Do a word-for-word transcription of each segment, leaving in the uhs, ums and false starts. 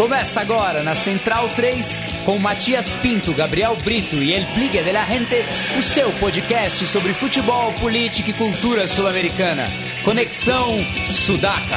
Começa agora na Central três com Matias Pinto, Gabriel Brito e El Pligue de la Gente, o seu podcast sobre futebol, política e cultura sul-americana. Conexão Sudaca.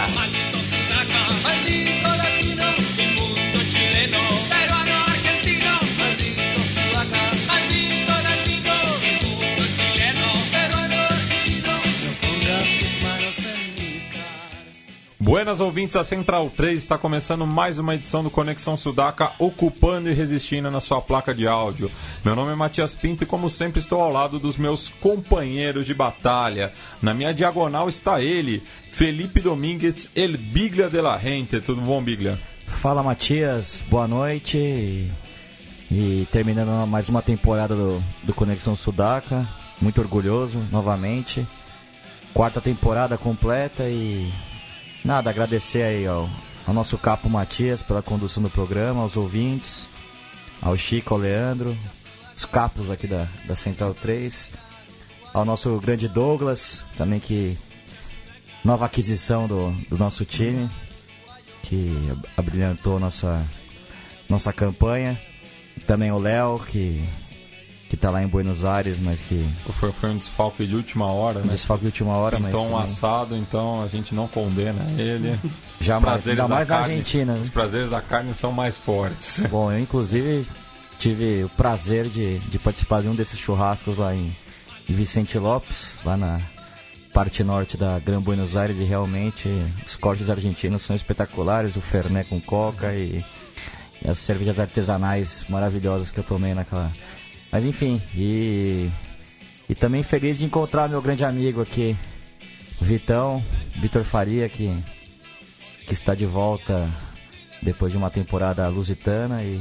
Buenas ouvintes, a Central três está começando mais uma edição do Conexão Sudaca, ocupando e resistindo na sua placa de áudio. Meu nome é Matias Pinto e, como sempre, estou ao lado dos meus companheiros de batalha. Na minha diagonal está ele, Felipe Domingues, El Biglia de la Gente. Tudo bom, Biglia? Fala, Matias. Boa noite. E, e terminando mais uma temporada do, do Conexão Sudaca. Muito orgulhoso, novamente. Quarta temporada completa e... Nada, agradecer aí ao, ao nosso capo Matias pela condução do programa, aos ouvintes, ao Chico, ao Leandro, os capos aqui da, da Central três, ao nosso grande Douglas, também que nova aquisição do, do nosso time, que abrilhantou nossa, nossa campanha, e também o Léo, que... que tá lá em Buenos Aires, mas que... Foi, foi um desfalque de última hora, né? Um desfalque de última hora, mas... Então um também... assado, então a gente não condena ele. Jamais, ainda mais na Argentina. Né? Os prazeres da carne são mais fortes. Bom, eu inclusive tive o prazer de, de participar de um desses churrascos lá em, em Vicente Lopes, lá na parte norte da Gran Buenos Aires, e realmente os cortes argentinos são espetaculares, o Fernet com coca e, e as cervejas artesanais maravilhosas que eu tomei naquela... Mas enfim, e, e também feliz de encontrar meu grande amigo aqui, o Vitão, Vitor Faria, que, que está de volta depois de uma temporada lusitana e,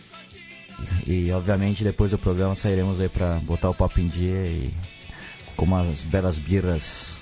e, e obviamente depois do programa sairemos aí para botar o papo em dia e com umas belas birras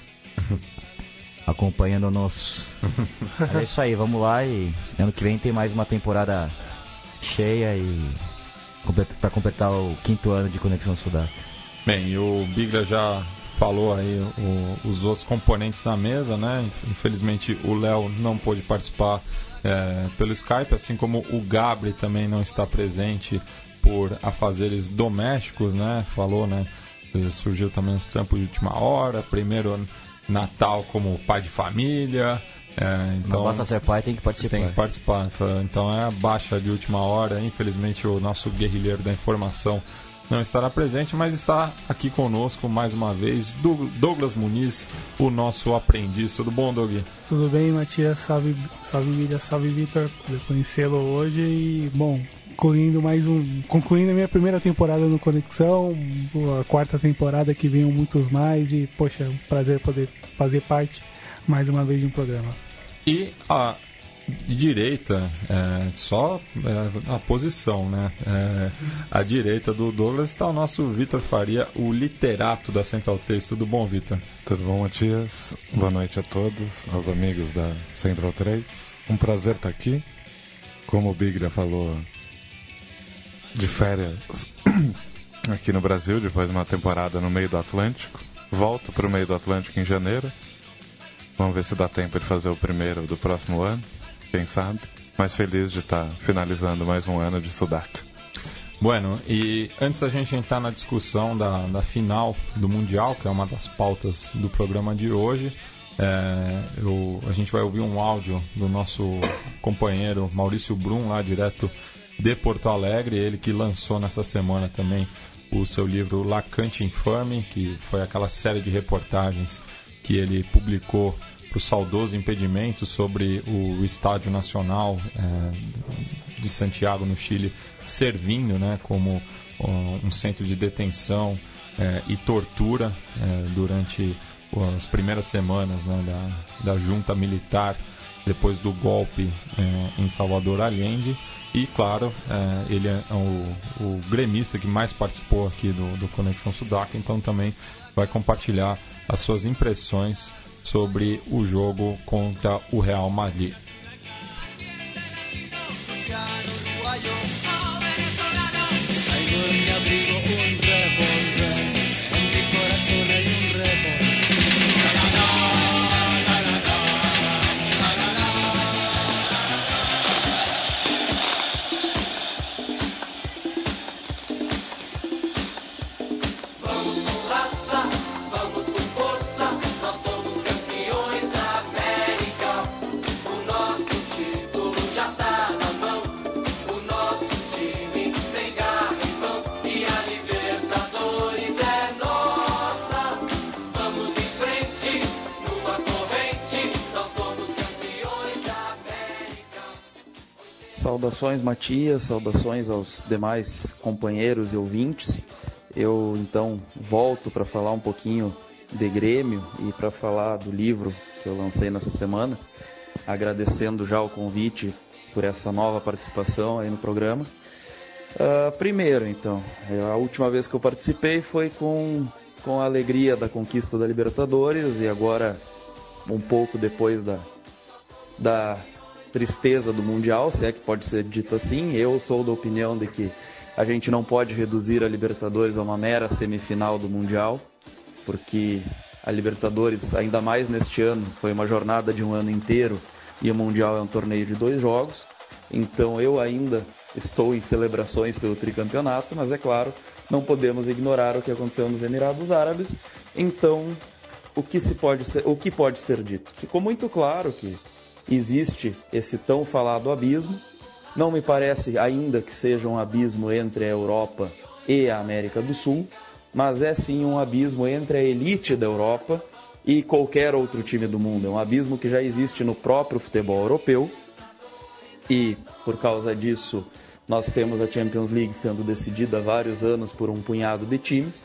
acompanhando-nos. É isso aí, vamos lá, e ano que vem tem mais uma temporada cheia e... para completar o quinto ano de Conexão Sudaca. Bem, e o Biglia já falou aí o, os outros componentes da mesa, né? Infelizmente o Léo não pôde participar é, pelo Skype, assim como o Gabri também não está presente por afazeres domésticos, né? Falou, né? Surgiu também uns trampos de última hora, primeiro Natal como pai de família... É, então, não basta ser pai, tem que participar. Tem que participar. Então é a baixa de última hora. Infelizmente o nosso guerrilheiro da informação não estará presente, mas está aqui conosco mais uma vez Douglas Muniz, o nosso aprendiz. Tudo bom, Doug? Tudo bem, Matias? Salve, salve Mídia, salve Vitor. Poder conhecê-lo hoje e, bom, concluindo mais um, concluindo a minha primeira temporada no Conexão, a quarta temporada que venham muitos mais e, poxa, é um prazer poder fazer parte mais uma vez de um programa. E a direita, é, só é, a posição, né? É, à direita do Douglas está o nosso Vitor Faria, o literato da Central três. Tudo bom, Vitor? Tudo bom, Matias? Boa noite a todos, aos amigos da Central três. Um prazer estar aqui. Como o Biglia falou, de férias aqui no Brasil, depois de uma temporada no meio do Atlântico. Volto para o meio do Atlântico em janeiro. Vamos ver se dá tempo de fazer o primeiro do próximo ano, quem sabe. Mas feliz de estar finalizando mais um ano de Sudaca. Bueno, e antes da gente entrar na discussão da, da final do Mundial, que é uma das pautas do programa de hoje, é, eu, a gente vai ouvir um áudio do nosso companheiro Maurício Brum, lá direto de Porto Alegre, ele que lançou nessa semana também o seu livro Lacante Infame, que foi aquela série de reportagens que ele publicou para o saudoso Impedimento sobre o Estádio Nacional é, de Santiago, no Chile, servindo, né, como um, um centro de detenção é, e tortura é, durante as primeiras semanas, né, da, da junta militar depois do golpe é, em Salvador Allende. E, claro, é, ele é o, o gremista que mais participou aqui do, do Conexão Sudaca, então também vai compartilhar as suas impressões sobre o jogo contra o Real Madrid. Saudações, Matias, saudações aos demais companheiros e ouvintes. Eu, então, volto para falar um pouquinho de Grêmio e para falar do livro que eu lancei nessa semana, agradecendo já o convite por essa nova participação aí no programa. Uh, primeiro, então, a última vez que eu participei foi com, com a alegria da conquista da Libertadores e agora, um pouco depois da, da tristeza do Mundial, se é que pode ser dito assim. Eu sou da opinião de que a gente não pode reduzir a Libertadores a uma mera semifinal do Mundial, porque a Libertadores, ainda mais neste ano, foi uma jornada de um ano inteiro e o Mundial é um torneio de dois jogos. Então eu ainda estou em celebrações pelo tricampeonato, mas é claro, não podemos ignorar o que aconteceu nos Emirados Árabes. Então, o que, se pode ser, o que pode ser dito? Ficou muito claro que existe esse tão falado abismo. Não me parece ainda que seja um abismo entre a Europa e a América do Sul, mas é sim um abismo entre a elite da Europa e qualquer outro time do mundo. É um abismo que já existe no próprio futebol europeu e, por causa disso, nós temos a Champions League sendo decidida há vários anos por um punhado de times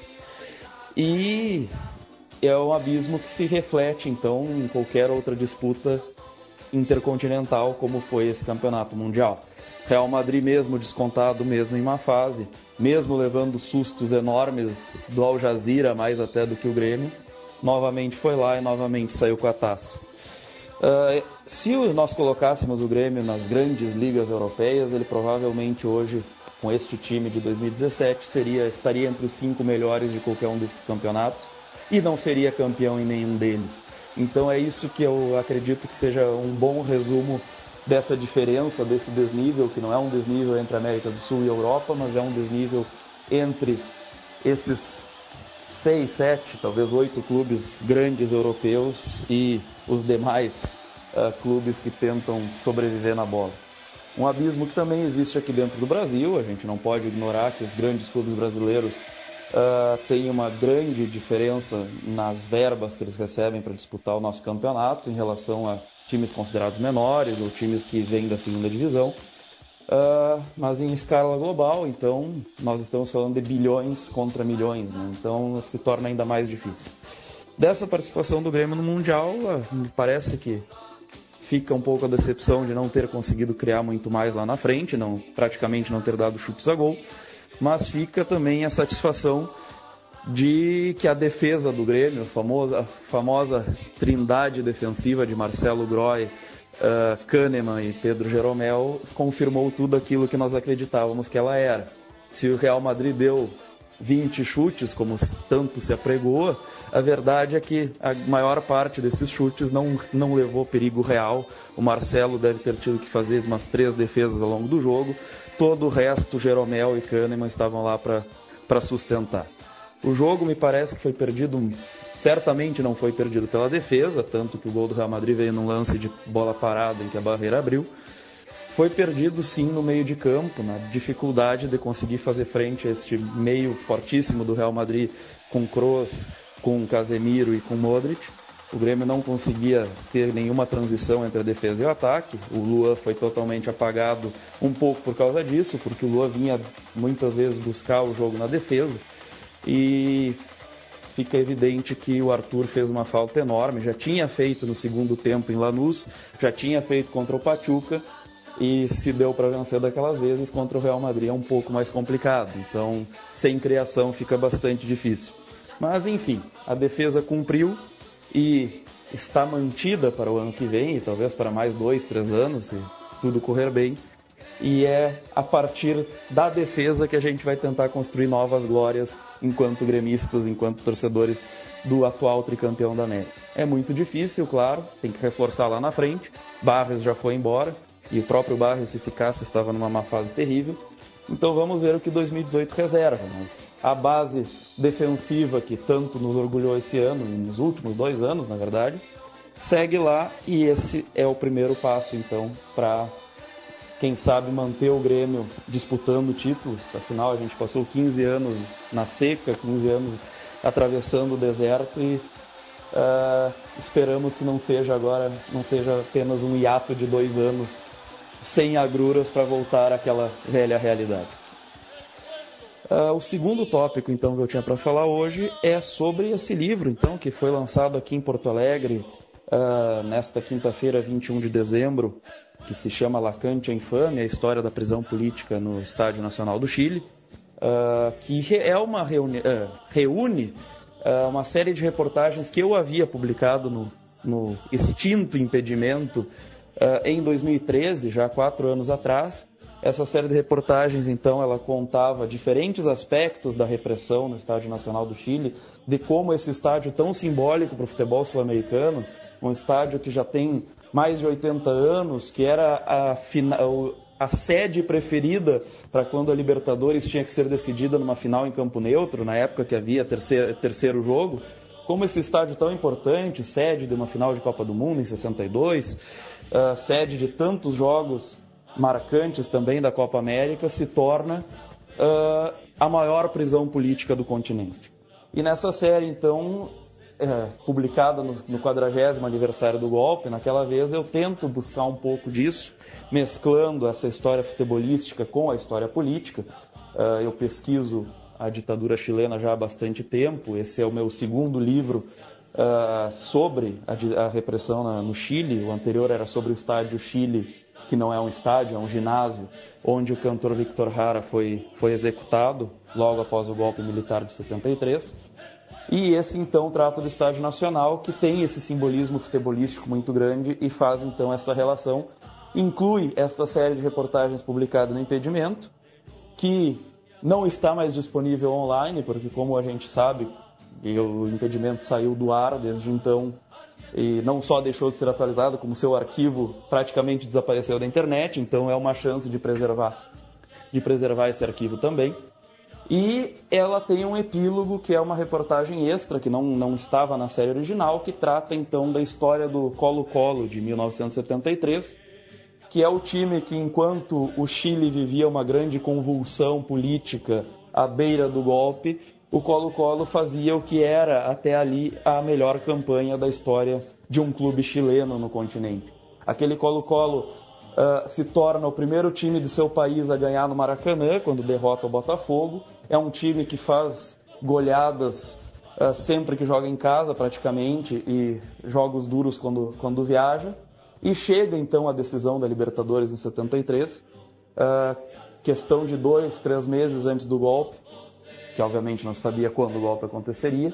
e é um abismo que se reflete, então, em qualquer outra disputa intercontinental, como foi esse campeonato mundial. Real Madrid mesmo descontado, mesmo em uma fase, mesmo levando sustos enormes do Al Jazeera, mais até do que o Grêmio, novamente foi lá e novamente saiu com a taça. Uh, se nós colocássemos o Grêmio nas grandes ligas europeias, ele provavelmente hoje, com este time de dois mil e dezessete, seria, estaria entre os cinco melhores de qualquer um desses campeonatos e não seria campeão em nenhum deles. Então é isso que eu acredito que seja um bom resumo dessa diferença, desse desnível, que não é um desnível entre a América do Sul e a Europa, mas é um desnível entre esses seis, sete, talvez oito clubes grandes europeus e os demais uh, clubes que tentam sobreviver na bola. Um abismo que também existe aqui dentro do Brasil, a gente não pode ignorar que os grandes clubes brasileiros uh, têm uma grande diferença nas verbas que eles recebem para disputar o nosso campeonato em relação a times considerados menores ou times que vêm da segunda divisão. Uh, mas em escala global, então, nós estamos falando de bilhões contra milhões, né? Então se torna ainda mais difícil. Dessa participação do Grêmio no Mundial, uh, me parece que fica um pouco a decepção de não ter conseguido criar muito mais lá na frente, não, praticamente não ter dado chutes a gol, mas fica também a satisfação de que a defesa do Grêmio, a famosa, a famosa trindade defensiva de Marcelo Groy, Uh, Kahneman e Pedro Jeromel, confirmou tudo aquilo que nós acreditávamos que ela era. Se o Real Madrid deu vinte chutes, como tanto se apregou, a verdade é que a maior parte desses chutes não, não levou perigo real. O Marcelo deve ter tido que fazer umas três defesas ao longo do jogo. Todo o resto, Jeromel e Kahneman estavam lá para sustentar. O jogo me parece que foi perdido, certamente não foi perdido pela defesa, tanto que o gol do Real Madrid veio num lance de bola parada em que a barreira abriu. Foi perdido sim no meio de campo, na dificuldade de conseguir fazer frente a este meio fortíssimo do Real Madrid com Kroos, com Casemiro e com Modric. O Grêmio não conseguia ter nenhuma transição entre a defesa e o ataque. O Luan foi totalmente apagado um pouco por causa disso, porque o Luan vinha muitas vezes buscar o jogo na defesa. E fica evidente que o Arthur fez uma falta enorme, já tinha feito no segundo tempo em Lanús, já tinha feito contra o Pachuca, e se deu para vencer daquelas vezes, contra o Real Madrid é um pouco mais complicado, então sem criação fica bastante difícil. Mas enfim, a defesa cumpriu e está mantida para o ano que vem, e talvez para mais dois, três anos, se tudo correr bem. E é a partir da defesa que a gente vai tentar construir novas glórias enquanto gremistas, enquanto torcedores do atual tricampeão da América. É muito difícil, claro, tem que reforçar lá na frente. Barrios já foi embora e o próprio Barrios, se ficasse, estava numa má fase terrível. Então vamos ver o que dois mil e dezoito reserva. Mas a base defensiva que tanto nos orgulhou esse ano, e nos últimos dois anos, na verdade, segue lá, e esse é o primeiro passo, então, para quem sabe manter o Grêmio disputando títulos. Afinal, a gente passou quinze anos na seca, quinze anos atravessando o deserto e uh, esperamos que não seja agora, não seja apenas um hiato de dois anos sem agruras para voltar àquela velha realidade. Uh, o segundo tópico, então, que eu tinha para falar hoje é sobre esse livro, então, que foi lançado aqui em Porto Alegre uh, nesta quinta-feira, vinte e um de dezembro, que se chama Lacante a Infâmia, a história da prisão política no Estádio Nacional do Chile, uh, que é uma reuni- uh, reúne uh, uma série de reportagens que eu havia publicado no, no extinto Impedimento uh, em dois mil e treze, já há quatro anos atrás. Essa série de reportagens, então, ela contava diferentes aspectos da repressão no Estádio Nacional do Chile, de como esse estádio tão simbólico para o futebol sul-americano, um estádio que já tem mais de oitenta anos, que era a, final, a sede preferida para quando a Libertadores tinha que ser decidida numa final em campo neutro, na época que havia terceiro, terceiro jogo, como esse estádio tão importante, sede de uma final de Copa do Mundo em sessenta e dois, uh, sede de tantos jogos marcantes também da Copa América, se torna uh, a maior prisão política do continente. E nessa série, então, é, publicada no, no quadragésimo aniversário do golpe, naquela vez eu tento buscar um pouco disso, mesclando essa história futebolística com a história política. Uh, eu pesquiso a ditadura chilena já há bastante tempo, esse é o meu segundo livro uh, sobre a, a repressão na, no Chile, o anterior era sobre o Estádio Chile, que não é um estádio, é um ginásio, onde o cantor Victor Jara foi, foi executado logo após o golpe militar de setenta e três. E esse, então, trata do Estádio Nacional, que tem esse simbolismo futebolístico muito grande e faz, então, essa relação. Inclui esta série de reportagens publicada no Impedimento, que não está mais disponível online, porque, como a gente sabe, o Impedimento saiu do ar desde então, e não só deixou de ser atualizado, como seu arquivo praticamente desapareceu da internet, então é uma chance de preservar, de preservar esse arquivo também. E ela tem um epílogo, que é uma reportagem extra, que não, não estava na série original, que trata então da história do Colo-Colo de mil novecentos e setenta e três, que é o time que, enquanto o Chile vivia uma grande convulsão política à beira do golpe, o Colo-Colo fazia o que era, até ali, a melhor campanha da história de um clube chileno no continente. Aquele Colo-Colo uh, se torna o primeiro time de seu país a ganhar no Maracanã, quando derrota o Botafogo. É um time que faz goleadas uh, sempre que joga em casa, praticamente, e jogos duros quando, quando viaja. E chega, então, a decisão da Libertadores em setenta e três, uh, questão de dois, três meses antes do golpe, que obviamente não sabia quando o golpe aconteceria,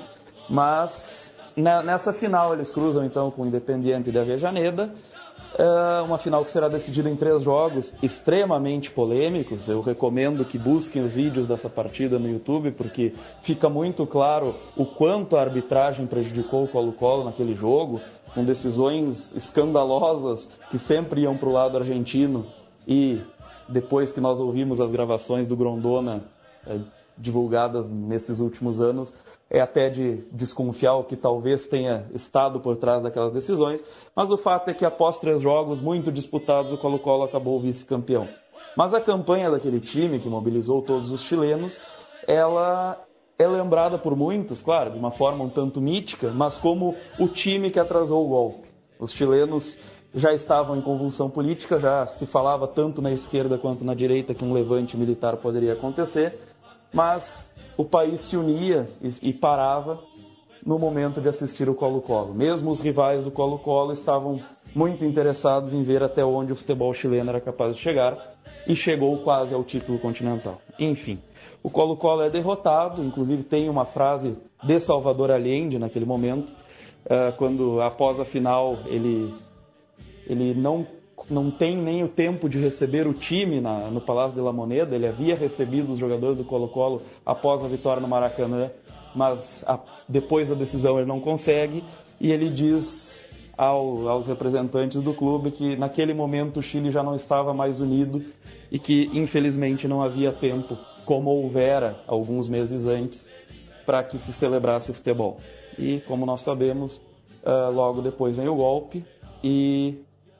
mas nessa final eles cruzam então com o Independiente de Avejaneda, uma final que será decidida em três jogos extremamente polêmicos. Eu recomendo que busquem os vídeos dessa partida no YouTube, porque fica muito claro o quanto a arbitragem prejudicou o Colo-Colo naquele jogo, com decisões escandalosas que sempre iam para o lado argentino, e depois que nós ouvimos as gravações do Grondona divulgadas nesses últimos anos, é até de desconfiar o que talvez tenha estado por trás daquelas decisões, mas o fato é que após três jogos muito disputados, o Colo-Colo acabou vice-campeão. Mas a campanha daquele time, que mobilizou todos os chilenos, ela é lembrada por muitos, claro, de uma forma um tanto mítica, mas como o time que atrasou o golpe. Os chilenos já estavam em convulsão política, já se falava tanto na esquerda quanto na direita que um levante militar poderia acontecer, mas o país se unia e, e parava no momento de assistir o Colo-Colo. Mesmo os rivais do Colo-Colo estavam muito interessados em ver até onde o futebol chileno era capaz de chegar, e chegou quase ao título continental. Enfim, o Colo-Colo é derrotado, inclusive tem uma frase de Salvador Allende naquele momento, quando após a final ele, ele não... não tem nem o tempo de receber o time na, no Palácio de la Moneda. Ele havia recebido os jogadores do Colo-Colo após a vitória no Maracanã, mas a, depois da decisão ele não consegue, e ele diz ao, aos representantes do clube que naquele momento o Chile já não estava mais unido e que infelizmente não havia tempo, como houvera alguns meses antes, para que se celebrasse o futebol. E como nós sabemos, uh, logo depois vem o golpe, e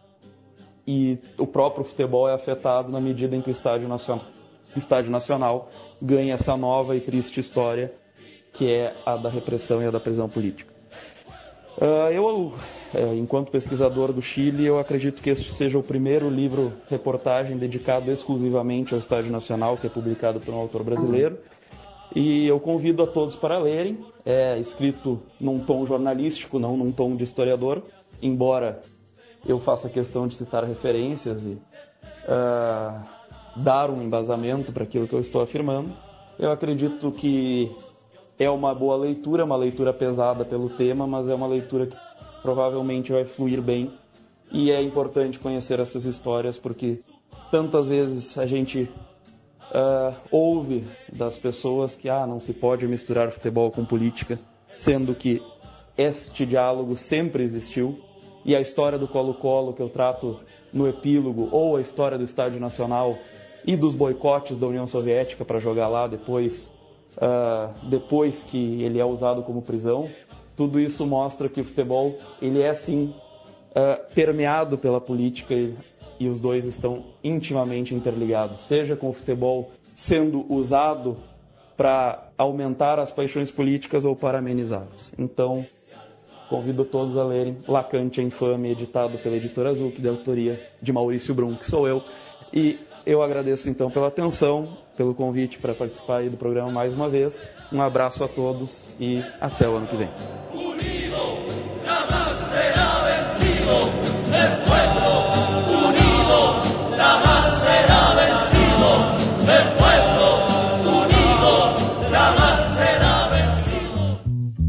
e o próprio futebol é afetado na medida em que o Estádio Nacional, o Estádio Nacional ganha essa nova e triste história, que é a da repressão e a da prisão política. Uh, eu é, enquanto pesquisador do Chile, eu acredito que este seja o primeiro livro-reportagem dedicado exclusivamente ao Estádio Nacional, que é publicado por um autor brasileiro. E eu convido a todos para lerem. É escrito num tom jornalístico, não num tom de historiador, embora eu faça questão de citar referências e uh, dar um embasamento para aquilo que eu estou afirmando. Eu acredito que é uma boa leitura, uma leitura pesada pelo tema, mas é uma leitura que provavelmente vai fluir bem. E é importante conhecer essas histórias, porque tantas vezes a gente uh, ouve das pessoas que ah, não se pode misturar futebol com política, sendo que este diálogo sempre existiu. E a história do Colo-Colo, que eu trato no epílogo, ou a história do Estádio Nacional e dos boicotes da União Soviética para jogar lá depois, uh, depois que ele é usado como prisão, tudo isso mostra que o futebol ele é sim uh, permeado pela política e, e os dois estão intimamente interligados, seja com o futebol sendo usado para aumentar as paixões políticas ou para amenizá-las. Então, convido todos a lerem Lacante é Infame, editado pela Editora Azul, que é de autoria de Maurício Brum, que sou eu. E eu agradeço então pela atenção, pelo convite para participar aí do programa mais uma vez. Um abraço a todos e até o ano que vem. Unido, jamais será vencido. El pueblo unido, jamais será vencido. El pueblo unido, jamais será vencido.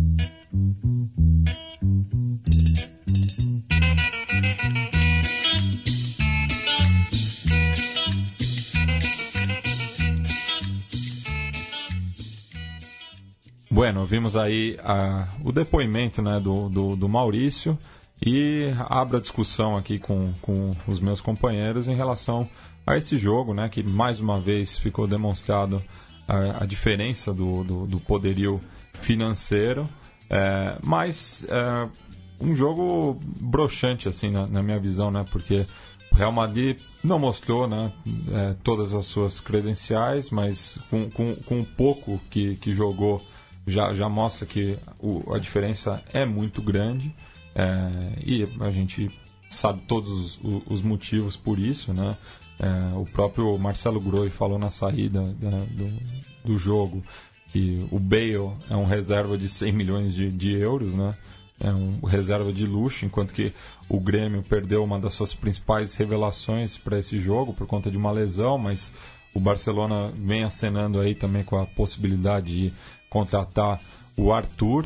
Bueno, vimos aí a, o depoimento, né, do, do, do Maurício e abro a discussão aqui com, com os meus companheiros em relação a esse jogo, né, que mais uma vez ficou demonstrado a, a diferença do, do, do poderio financeiro, é, mas é, um jogo broxante, assim, na, na minha visão, né, porque o Real Madrid não mostrou, né, é, todas as suas credenciais, mas com, com, com o pouco que, que jogou Já, já mostra que o, a diferença é muito grande, é, e a gente sabe todos os, os motivos por isso, né? É, o próprio Marcelo Groi falou na saída da, do, do jogo que o Bale é um reserva de cem milhões de, de euros, né? É um reserva de luxo, enquanto que o Grêmio perdeu uma das suas principais revelações para esse jogo por conta de uma lesão, mas o Barcelona vem acenando aí também com a possibilidade de contratar o Arthur,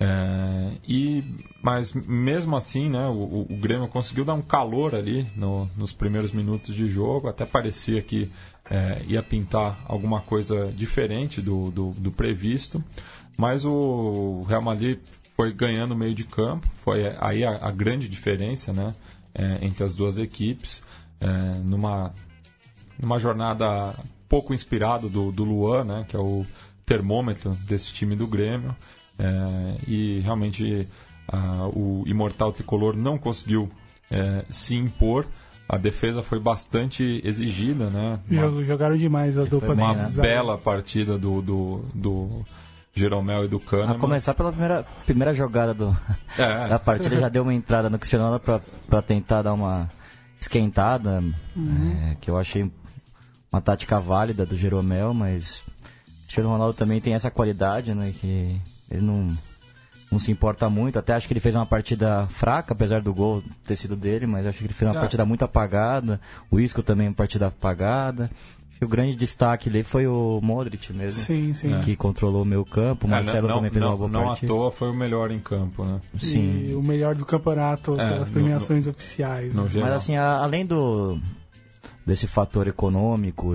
é, e, mas mesmo assim, né, o, o Grêmio conseguiu dar um calor ali no, nos primeiros minutos de jogo, até parecia que é, ia pintar alguma coisa diferente do, do, do previsto, mas o Real Madrid foi ganhando o meio de campo, foi aí a, a grande diferença, né, é, entre as duas equipes, é, numa, numa jornada pouco inspirada do, do Luan, né, que é o termômetro desse time do Grêmio, é, e realmente a, o Imortal Tricolor não conseguiu é, se impor. A defesa foi bastante exigida, né? Uma, Jogaram demais a dupla. Uma bela partida do, do, do Jeromel e do Kahneman. A começar pela primeira, primeira jogada do, é. da partida, já deu uma entrada no Cristiano Ronaldo para tentar dar uma esquentada, uhum. é, que eu achei uma tática válida do Jeromel, mas o Cristiano Ronaldo também tem essa qualidade, né, que ele não, não se importa muito. Até acho que ele fez uma partida fraca, apesar do gol ter sido dele, mas acho que ele fez uma ah. partida muito apagada. O Isco também uma partida apagada. Acho que o grande destaque ali foi o Modric mesmo, sim, sim. que é. controlou o meio campo. O Marcelo é, não, também fez não, uma boa não partida. Não à toa foi o melhor em campo, né? Sim. E o melhor do campeonato é, pelas premiações no, oficiais. No né? Mas assim, a, além do desse fator econômico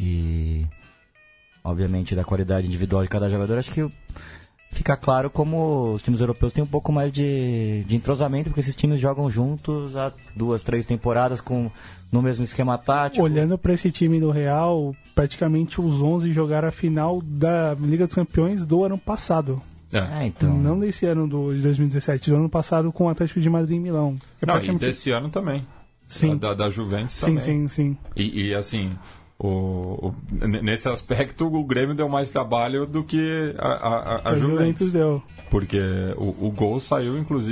e obviamente da qualidade individual de cada jogador, acho que fica claro como os times europeus têm um pouco mais de, de entrosamento, porque esses times jogam juntos há duas, três temporadas com, no mesmo esquema tático. Olhando para esse time do Real, praticamente os onze jogaram a final da Liga dos Campeões do ano passado. É, então... Não desse ano do, de dois mil e dezessete, do ano passado com o Atlético de Madrid em Milão. É Não, praticamente... e desse ano também. Sim. Da, da Juventus sim, também. Sim, sim, sim. E, e assim... O, o, nesse aspecto o Grêmio deu mais trabalho do que a, a, a, a Juventus, Juventus deu. Porque o, o gol saiu inclusive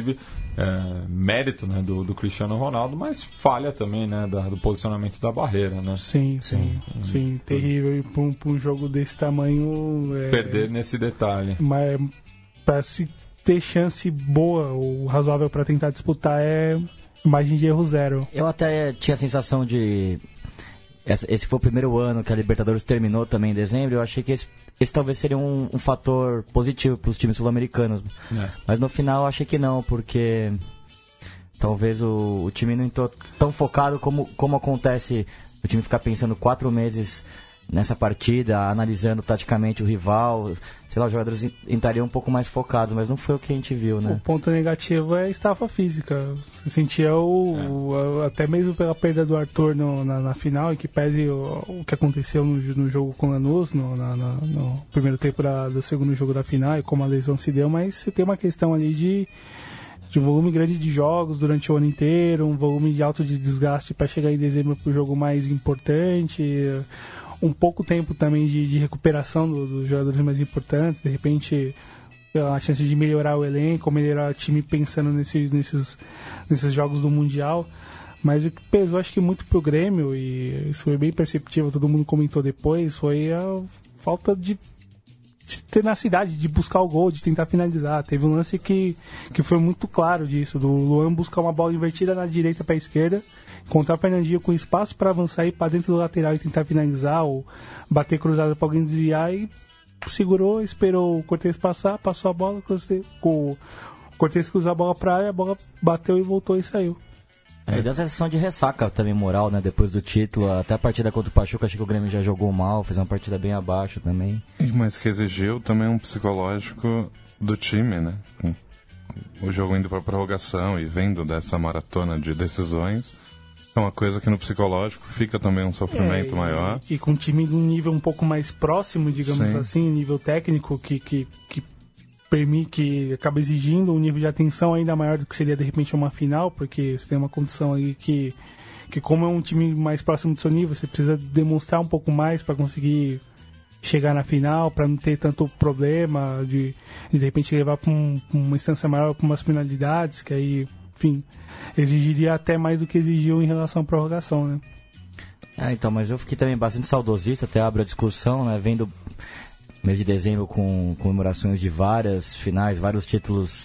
é, mérito, né, do, do Cristiano Ronaldo, mas falha também, né, da, do posicionamento da barreira, né? Sim, sim, sim, sim terrível. E para um, um jogo desse tamanho... É, perder nesse detalhe. Mas para se ter chance boa ou razoável para tentar disputar é margem de erro zero. Eu até tinha a sensação de... Esse foi o primeiro ano que a Libertadores terminou também em dezembro. Eu achei que esse, esse talvez seria um, um fator positivo para os times sul-americanos. É. Mas no final eu achei que não, porque talvez o, o time não entrou tão focado como, como acontece o time ficar pensando quatro meses nessa partida, analisando taticamente o rival. Sei lá, os jogadores entrariam um pouco mais focados, mas não foi o que a gente viu, né? O ponto negativo é a estafa física. Você sentia o, é. o até mesmo pela perda do Arthur no, na, na final, e que pese o, o que aconteceu no, no jogo com o Lanús, no, na, na, no primeiro tempo da, do segundo jogo da final, e como a lesão se deu, mas você tem uma questão ali de, de um volume grande de jogos durante o ano inteiro, um volume de alto de desgaste para chegar em dezembro para o jogo mais importante, um pouco tempo também de, de recuperação do, dos jogadores mais importantes, de repente a chance de melhorar o elenco, melhorar o time pensando nesse, nesses, nesses jogos do Mundial. Mas o que pesou, acho que muito pro Grêmio, e isso foi bem perceptível, todo mundo comentou depois, foi a falta de, de tenacidade, de buscar o gol, de tentar finalizar. Teve um lance que, que foi muito claro disso, do Luan buscar uma bola invertida na direita para a esquerda, encontrar o Fernandinho com espaço para avançar e para dentro do lateral e tentar finalizar, ou bater cruzado para alguém desviar, e segurou, esperou o Cortez passar, passou a bola, o Cortez cruzou a bola para a área, a bola bateu e voltou e saiu. É, deu uma sensação de ressaca também moral, né, depois do título. Até a partida contra o Pachuca, achei que o Grêmio já jogou mal, fez uma partida bem abaixo também. Mas que exigiu também um psicológico do time, né? O jogo indo para prorrogação e vendo dessa maratona de decisões, é uma coisa que no psicológico fica também um sofrimento é, e, maior. E com um time de um nível um pouco mais próximo, digamos Sim. assim, nível técnico, que, que, que permite, que acaba exigindo um nível de atenção ainda maior do que seria de repente uma final, porque você tem uma condição aí que, que como é um time mais próximo do seu nível, você precisa demonstrar um pouco mais para conseguir chegar na final, para não ter tanto problema de de, de repente levar para um, uma instância maior, com umas penalidades, que aí, enfim, exigiria até mais do que exigiu em relação à prorrogação, né? Ah, então, mas eu fiquei também bastante saudosista, até abro a discussão, né, vendo mês de dezembro com comemorações de várias finais, vários títulos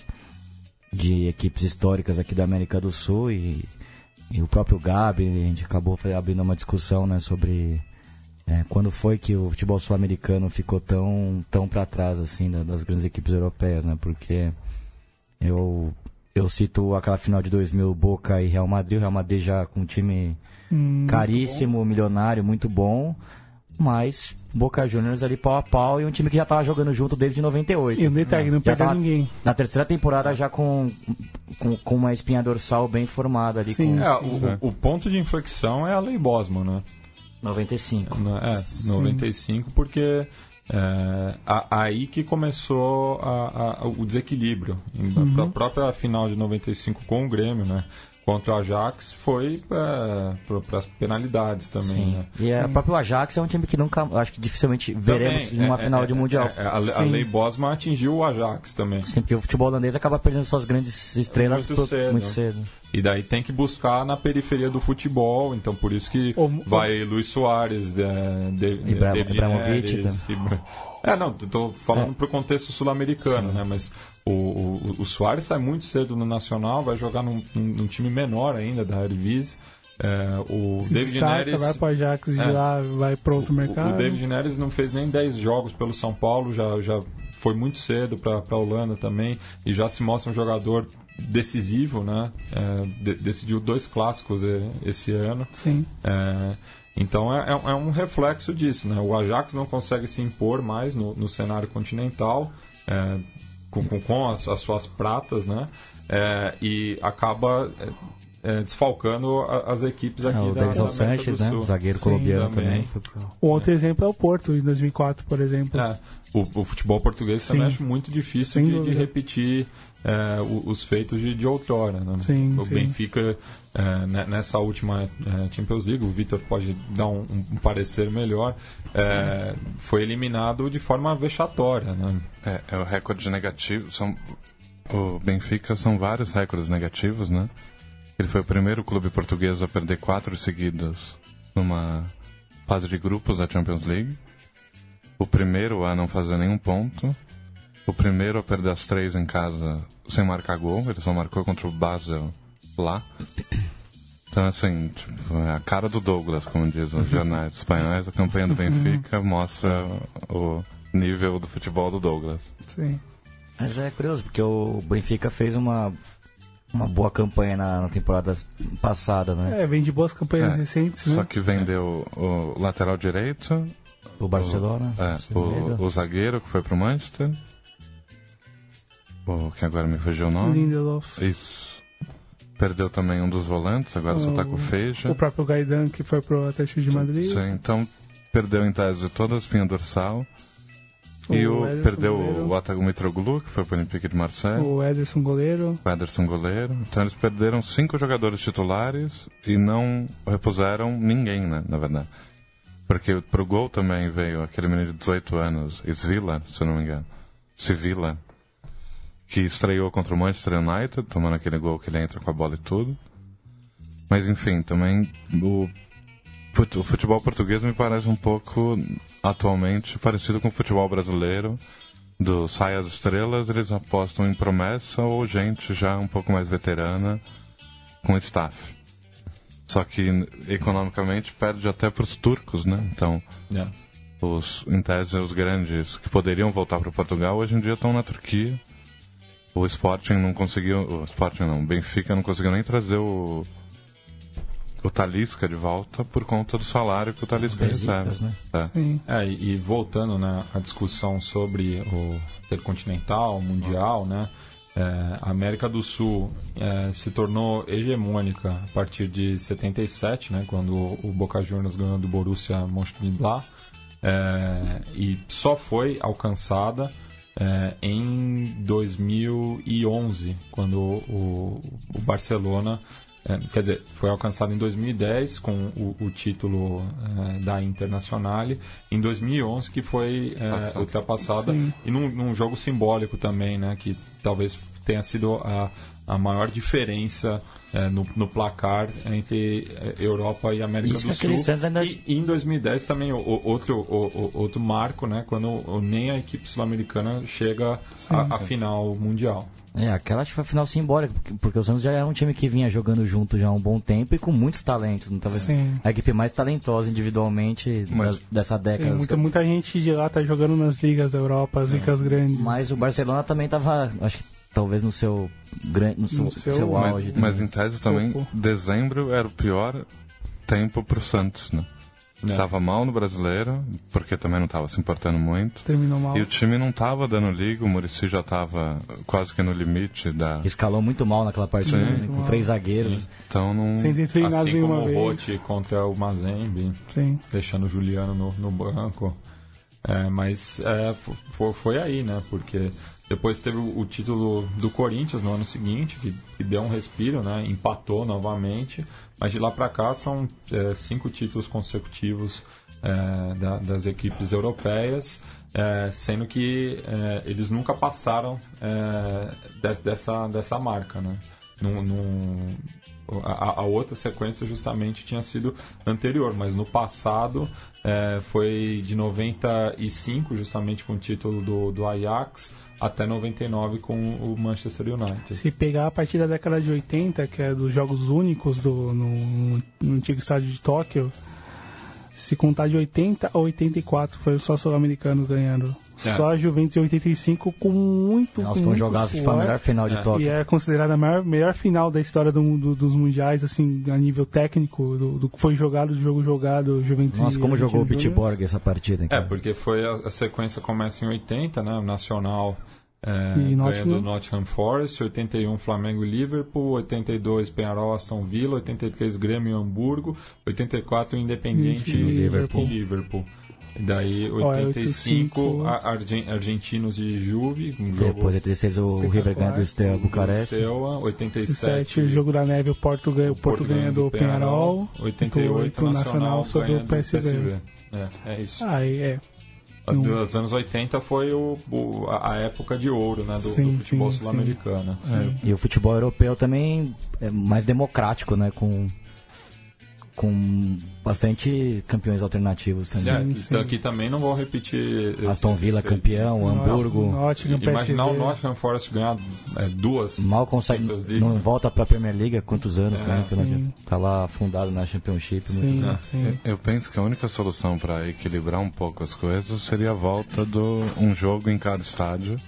de equipes históricas aqui da América do Sul, e, e o próprio Gabi, a gente acabou abrindo uma discussão, né, sobre é, quando foi que o futebol sul-americano ficou tão, tão para trás assim das grandes equipes europeias, né, porque eu, eu cito aquela final de dois mil, Boca e Real Madrid, o Real Madrid já com um time hum, caríssimo, milionário, muito bom, mas Boca Juniors ali pau a pau, e um time que já estava jogando junto desde noventa e oito. E um detalhe, não perdeu ninguém. Na terceira temporada já com, com, com uma espinha dorsal bem formada ali. Sim, com... é, o, o ponto de inflexão é a Lei Bosman, né? noventa e cinco. É, noventa e cinco, porque é, a, aí que começou a, a, o desequilíbrio. Uhum. A própria final de noventa e cinco com o Grêmio, né? Contra o Ajax foi é, para as penalidades também. Né? E o próprio Ajax é um time que nunca, acho que dificilmente veremos também, numa é, final é, de Mundial. É, a, a Lei Bosman atingiu o Ajax também. Sim, porque o futebol holandês acaba perdendo suas grandes estrelas muito, pro, cedo. muito cedo. E daí tem que buscar na periferia do futebol, então por isso que o, vai o... Luis Soares, de, de, Ibra, David Ibrahimovic. Neres, Ibra... É, não, estou falando é. pro contexto sul-americano, né? Mas o, o, o Soares sai muito cedo no Nacional, vai jogar num, num time menor ainda da Eredivisie. É, o Se David destaca, Neres vai para o Ajax, de é, lá vai para outro mercado. O, o David Neres não fez nem dez jogos pelo São Paulo, já, já foi muito cedo para a Holanda também, e já se mostra um jogador decisivo, né? É, de, decidiu dois clássicos esse ano. Sim. É, então é, é um reflexo disso, né? O Ajax não consegue se impor mais no, no cenário continental, é, com, com, com as, as suas pratas, né? É, e acaba é, desfalcando as equipes aqui é, o da, David da Sanches, né? O zagueiro Sim, colombiano também. também. O outro exemplo é o Porto, em dois mil e quatro, por exemplo. É, o, o futebol português Sim. também acho muito difícil de, de repetir é, os feitos de, de outrora. Né? Sim, o sim. Benfica, é, nessa última é, Champions League, o Vitor pode dar um, um parecer melhor, é, foi eliminado de forma vexatória. Né? É, é o recorde negativo, são... O Benfica são vários recordes negativos, né? Ele foi o primeiro clube português a perder quatro seguidos numa fase de grupos da Champions League. O primeiro a não fazer nenhum ponto. O primeiro a perder as três em casa sem marcar gol. Ele só marcou contra o Basel lá. Então, assim, tipo, é a cara do Douglas, como diz os jornais espanhóis. A campanha do Benfica mostra o nível do futebol do Douglas. Sim. Mas é curioso, porque o Benfica fez uma, uma boa campanha na, na temporada passada, né? É, vem de boas campanhas É, recentes, né? Só que vendeu o lateral direito, O Barcelona. o, é, o, o zagueiro que foi pro Manchester, o que agora me fugiu o nome. Lindelof. Isso. Perdeu também um dos volantes, agora só tá com o Feija. O próprio Gaidan, que foi pro Atlético de Madrid. Sim, então perdeu em tese toda a espinha dorsal. O E o, Ederson perdeu goleiro. o Atago Mitroglou, que foi pro Olympique de Marseille. O Ederson goleiro. O Ederson goleiro. Então eles perderam cinco jogadores titulares e não repuseram ninguém, né, na verdade. Porque pro gol também veio aquele menino de dezoito anos, Svila, se eu não me engano. Sevilla, que estreou contra o Manchester United, tomando aquele gol que ele entra com a bola e tudo. Mas enfim, também o, o futebol português me parece um pouco, atualmente, parecido com o futebol brasileiro. Do sai as estrelas, eles apostam em promessa ou gente já um pouco mais veterana com staff. Só que economicamente perde até para os turcos, né? Então, Yeah. os, em tese, os grandes que poderiam voltar para Portugal hoje em dia estão na Turquia. O Sporting não conseguiu, o Sporting não, o Benfica não conseguiu nem trazer o o Talisca de volta por conta do salário que o Talisca recebe. Né? É. Sim. É, e, e voltando, né, à discussão sobre o intercontinental, o mundial, né, é, a América do Sul é, se tornou hegemônica a partir de setenta e sete, né, quando o, o Boca Juniors ganhou do Borussia Mönchengladbach, é, e só foi alcançada é, em dois mil e onze, quando o, o Barcelona... É, quer dizer, foi alcançado em dois mil e dez com o, o título é, da Internazionale, em dois mil e onze que foi é, ultrapassada, Sim. e num, num jogo simbólico também, né, que talvez tenha sido a, a maior diferença é, no, no placar entre é, Europa e América Isso do que aquele Sul. Santos ainda- E, e em dois mil e dez também o, o, outro, o, o, outro marco, né, quando o, nem a equipe sul-americana chega à à final mundial. É, aquela acho que foi a final simbólica, porque- porque o Santos já era um time que vinha jogando junto já há um bom tempo e com muitos talentos. Né? Talvez Sim. a equipe mais talentosa individualmente Mas- da- dessa década. Sim, muita, muita gente de lá tá jogando nas ligas da Europa, as ligas grandes. Mas o Barcelona também tava, acho que talvez no seu, gran- no seu, No seu- seu Mas, auge. também. mas em tese também, Pouco. dezembro era o pior tempo pro Santos, né? É. Tava mal no brasileiro, porque também não tava se importando muito. Terminou mal. E o time não tava dando liga, o Muricy já tava quase que no limite da... Escalou muito mal naquela partida, Sim. né? Com três zagueiros. Então não... Sem ter treinado Assim nenhuma como o vez. Rote contra o Mazembe, Sim. deixando o Juliano no, no banco. É, mas é, foi, foi aí, né? Porque depois teve o, o título do Corinthians no ano seguinte, que, que deu um respiro, né? Empatou novamente. Mas de lá para cá são é, cinco títulos consecutivos é, da, das equipes europeias, é, sendo que é, eles nunca passaram é, de, dessa, dessa marca, né? Num, num, a, a outra sequência justamente tinha sido anterior, mas no passado é, foi de noventa e cinco, justamente com o título do, do Ajax, até noventa e nove com o Manchester United. Se pegar a partir da década de oitenta, que é dos jogos únicos do, no, no antigo estádio de Tóquio, se contar de oitenta a oitenta e quatro, foi só sul-americanos ganhando. É. Só a Juventus em oitenta e cinco com muito Nossa, com foi um muito jogaço que foi a suor. melhor final de É. Tóquio. E é considerada a maior, melhor final da história do, do- dos mundiais, assim, a nível técnico, do, do que foi jogado, do jogo jogado, Juventus. Nossa, e como jogou o Argentinos Bitborg Juniors. essa partida, hein, É, cara? porque foi a, a sequência começa em oitenta, né? O Nacional é, E ganha Nottingham. do Nottingham Forest, oitenta e um Flamengo e Liverpool, oitenta e dois Peñarol Aston Villa, oitenta e três Grêmio e Hamburgo, oitenta e quatro Independiente E e Liverpool. e Liverpool. E daí Ó, é oitenta e cinco oitenta e cinco. a- Argen- Argentinos e Juve, um jogo Depois de oitenta e seis o River ganha do Steaua Bucareste. Steaua, oitenta e sete, sete o jogo da neve, o Porto ganha, o Porto ganha do Peñarol, oitenta e oito o Nacional sobre ganha o do P S V. É, é isso. Ah, e é. Dos anos oitenta foi o, o, a época de ouro, né, do, sim, do futebol sim, sul-americano. É. E o futebol europeu também é mais democrático, né? Com, com bastante campeões alternativos também. É, Sim, aqui, sim. aqui também não vou repetir... Aston Villa campeão, Hamburgo. Nottingham, Imaginar P S V. o Nottingham Forest ganhar é, duas... Mal consegue, Champions League. não volta pra Premier League há quantos anos, É, né? Que sim. tá lá afundado na Championship. muitos Sim, anos. sim. Eu penso que a única solução para equilibrar um pouco as coisas seria a volta de um jogo em cada estádio.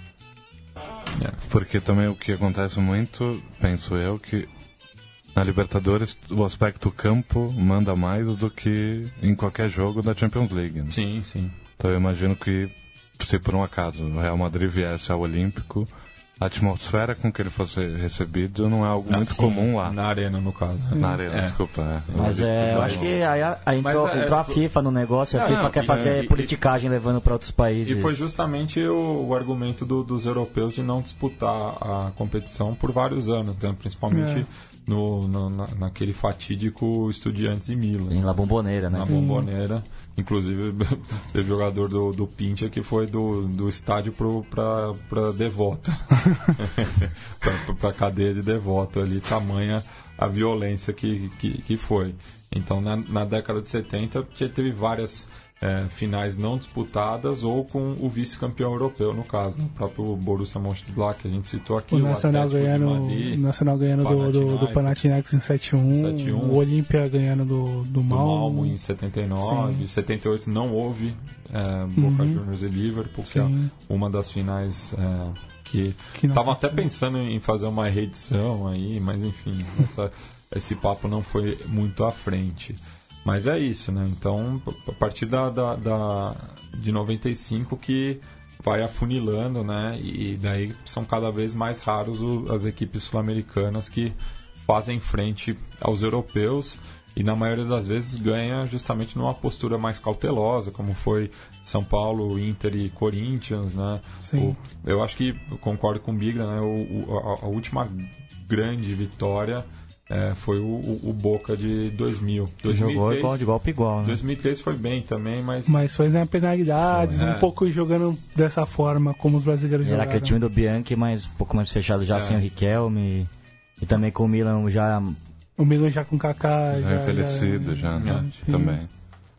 É. Porque também o que acontece muito, penso eu, que na Libertadores o aspecto campo manda mais do que em qualquer jogo da Champions League. Né? Sim, sim. Então eu imagino que, se por um acaso o Real Madrid viesse ao Olímpico, a atmosfera com que ele fosse recebido não é algo muito Assim, comum lá. Na arena, no caso. Na arena, É. desculpa. É. Mas é, eu acho que aí, aí entrou, Mas é- entrou a FIFA no negócio, a Não, FIFA não, quer e- fazer e- politicagem levando para outros países. E foi justamente o, o argumento do- dos europeus de não disputar a competição por vários anos, né? Principalmente É. no, no- na, naquele fatídico Estudiantes e Milan. Em La Bombonera, né? Na Bombonera. Inclusive, teve jogador do, do Pintia que foi do, do estádio pro, pra, pra Devoto. pra, pra cadeia de Devoto ali, tamanha a violência que, que, que foi. Então, na, na década de setenta, já teve várias é, finais não disputadas ou com o vice-campeão europeu, no caso. Né? O próprio Borussia Mönchengladbach, que a gente citou aqui. O Nacional Atlético de ganhando, Madrid, o Nacional ganhando do, do, do Panathinaikos em sete a um, sete a um. o Olímpia ganhando do, do do Malmo Malmo. em setenta e nove, em setenta e oito não houve é, Boca Uhum. Juniors e Liverpool, que é Sim. uma das finais é, que Que não estavam até aconteceu. pensando em fazer uma reedição aí, mas enfim, essa, esse papo não foi muito à frente. Mas é isso, né? Então, a partir da, da, da- de noventa e cinco que vai afunilando, né? E daí são cada vez mais raros o- as equipes sul-americanas que fazem frente aos europeus e na maioria das vezes ganha justamente numa postura mais cautelosa, como foi São Paulo, Inter e Corinthians, né? Sim. O- eu acho que eu concordo com o Bigra, né? O, o- a, a última grande vitória é, foi o, o- o Boca de dois mil. Jogou igual, de igual para igual, né? dois mil e três foi bem também, mas Mas foi na penalidades, É. um pouco jogando dessa forma como os brasileiros Era jogaram. aquele time do Bianchi, mas um pouco mais fechado já É. sem o Riquelme. E também com o Milan já. O Milan já com o Kaká. Já envelhecido, já, né? Sim. Também.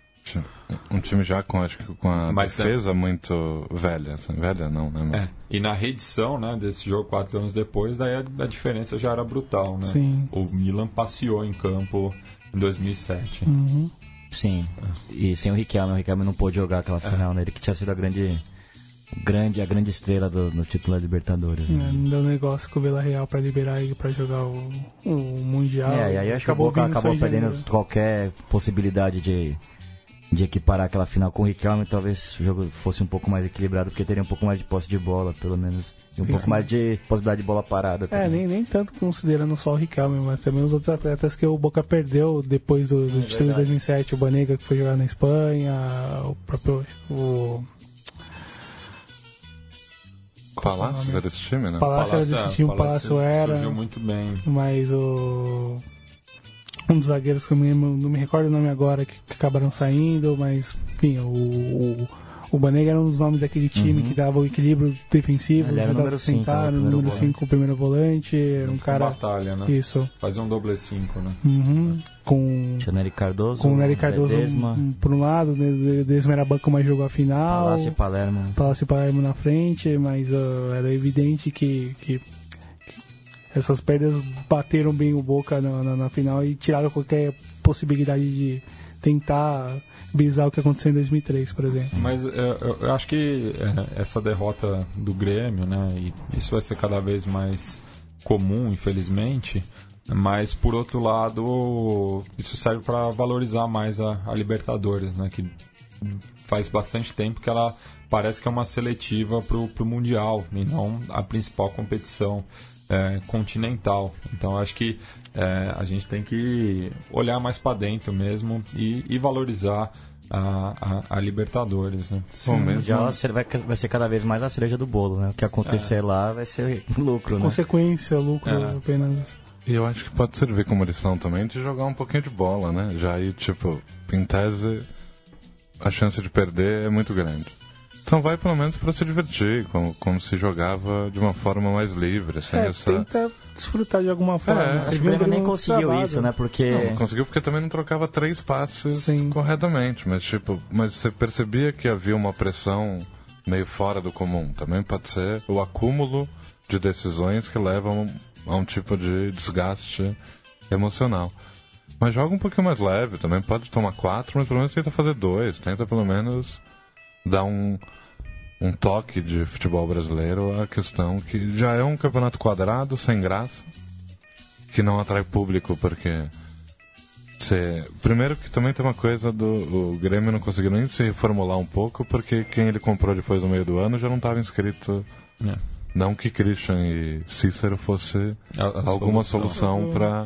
Um time já com, acho que com a Mas defesa muito velha. assim, Velha não, né? é. E na reedição, né, desse jogo quatro anos depois, daí a, a diferença já era brutal, né? Sim. O Milan passeou em campo em dois mil e sete. Uhum. Sim. E sem o Riquelme, o Riquelme não pôde jogar aquela final, né? Ele que tinha sido a grande. grande a grande estrela do, no título da Libertadores. É, Né? não deu negócio com o Vila Real pra liberar ele pra jogar o, o Mundial. É, e aí acho que o Boca vindo acabou só em perdendo janeiro. qualquer possibilidade de, de equiparar aquela final com o Riquelme. Talvez o jogo fosse um pouco mais equilibrado, porque teria um pouco mais de posse de bola, pelo menos. E um Sim. pouco mais de possibilidade de bola parada É, também. nem, nem tanto considerando só o Riquelme, mas também os outros atletas que o Boca perdeu depois do, do título de dois mil e sete. O Banega, que foi jogar na Espanha, o próprio... O Palácio era esse time, né? Palácio era desse time, o Palácio era... Surgiu muito bem. Mas o... Um dos zagueiros que eu me, não me recordo o nome agora, que, que acabaram saindo, mas, enfim, o, o, o Banega era um dos nomes daquele time Uhum. que dava o equilíbrio defensivo, Ele era o ajudava número a sustentar, cinco, né, era o o primeiro número cinco, o primeiro volante, era um cara... Batalha, né? Isso. Fazer um doble cinco, né? Uhum. Com... Tinha o Nery Cardoso, Com o Nery Cardoso Ledesma, um, um, por um lado, o Desma era banco, mas jogou a final. Palácio e Palermo. Palácio e Palermo na frente, mas uh, era evidente que, que, que essas perdas bateram bem o Boca na, na, na final e tiraram qualquer possibilidade de tentar visar o que aconteceu em dois mil e três, por exemplo. Mas é, eu, eu acho que é, essa derrota do Grêmio, né? E isso vai ser cada vez mais comum, infelizmente. Mas, por outro lado, isso serve para valorizar mais a, a Libertadores, né? Que faz bastante tempo que ela parece que é uma seletiva para o Mundial e não a principal competição é, continental. Então, acho que é, a gente tem que olhar mais para dentro mesmo e, e valorizar a, a, a Libertadores, né? Bom, mesmo, Já vai ser, vai, vai ser cada vez mais a cereja do bolo, né? O que acontecer lá vai ser lucro, né? Consequência, lucro É. apenas. E eu acho que pode servir como lição também de jogar um pouquinho de bola, né? Já aí, tipo, em tese, a chance de perder é muito grande. Então vai pelo menos para se divertir, como, como se jogava de uma forma mais livre, sem É, essa... tenta desfrutar de alguma forma. É, Acho que o Grêmio nem conseguiu isso, né? Porque... Não, não conseguiu porque também não trocava três passes Sim. corretamente, mas tipo, mas você percebia que havia uma pressão meio fora do comum. Também pode ser o acúmulo de decisões que levam a um tipo de desgaste emocional. Mas joga um pouquinho mais leve, também pode tomar quatro, mas pelo menos tenta fazer dois, tenta pelo menos dar um, um toque de futebol brasileiro à questão que já é um campeonato quadrado, sem graça, que não atrai público porque... Cê... Primeiro que também tem uma coisa do o Grêmio não conseguiu nem se reformular um pouco porque quem ele comprou depois no meio do ano já não estava inscrito. É. Não que Christian e Cícero fosse a, a alguma solução, solução para...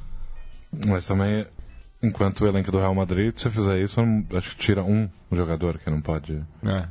Mas também, enquanto o elenco do Real Madrid, se você fizer isso, acho que tira um jogador que não pode... É.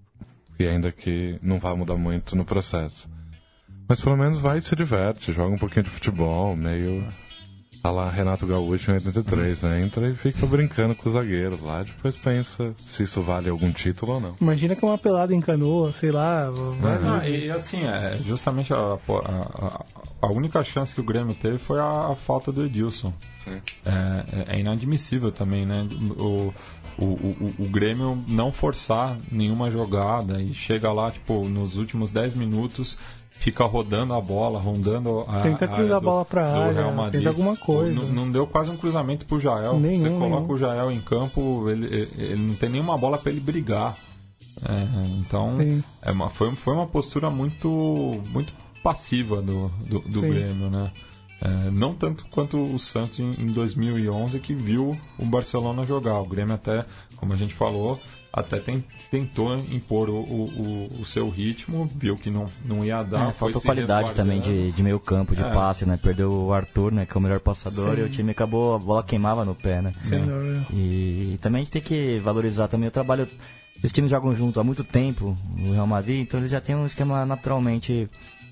E ainda que não vai mudar muito no processo. Mas pelo menos vai e se diverte, joga um pouquinho de futebol, meio... A lá Renato Gaúcho em oitenta e três, né? Entra e fica brincando com os zagueiros lá, depois pensa se isso vale algum título ou não. Imagina que é uma pelada em canoa, sei lá. Vai... Ah, e assim, é, justamente a, a, a única chance que o Grêmio teve foi a, a falta do Edilson. Sim. É, é inadmissível também, né? O, o, o, o Grêmio não forçar nenhuma jogada e chega lá, tipo, nos últimos dez minutos... Fica rodando a bola, rondando a tenta cruzar a bola pra área, tenta alguma coisa. Não, não deu quase um cruzamento pro Jael. Nenhum, Você coloca nenhum. o Jael em campo, ele, ele, ele não tem nenhuma bola para ele brigar. É, então, é uma, foi, foi uma postura muito, muito passiva do, do, do Grêmio, né? É, não tanto quanto o Santos em, em dois mil e onze, que viu o Barcelona jogar. O Grêmio até, como a gente falou, até tem, tentou impor o, o, o seu ritmo, viu que não, não ia dar. É, faltou qualidade também de, de meio campo, de é. passe, né? Perdeu o Arthur, né? Que é o melhor passador. Sim. E o time acabou, a bola queimava no pé, né? Sim. E, e também a gente tem que valorizar também o trabalho. Esses times jogam junto há muito tempo no Real Madrid, então eles já têm um esquema naturalmente...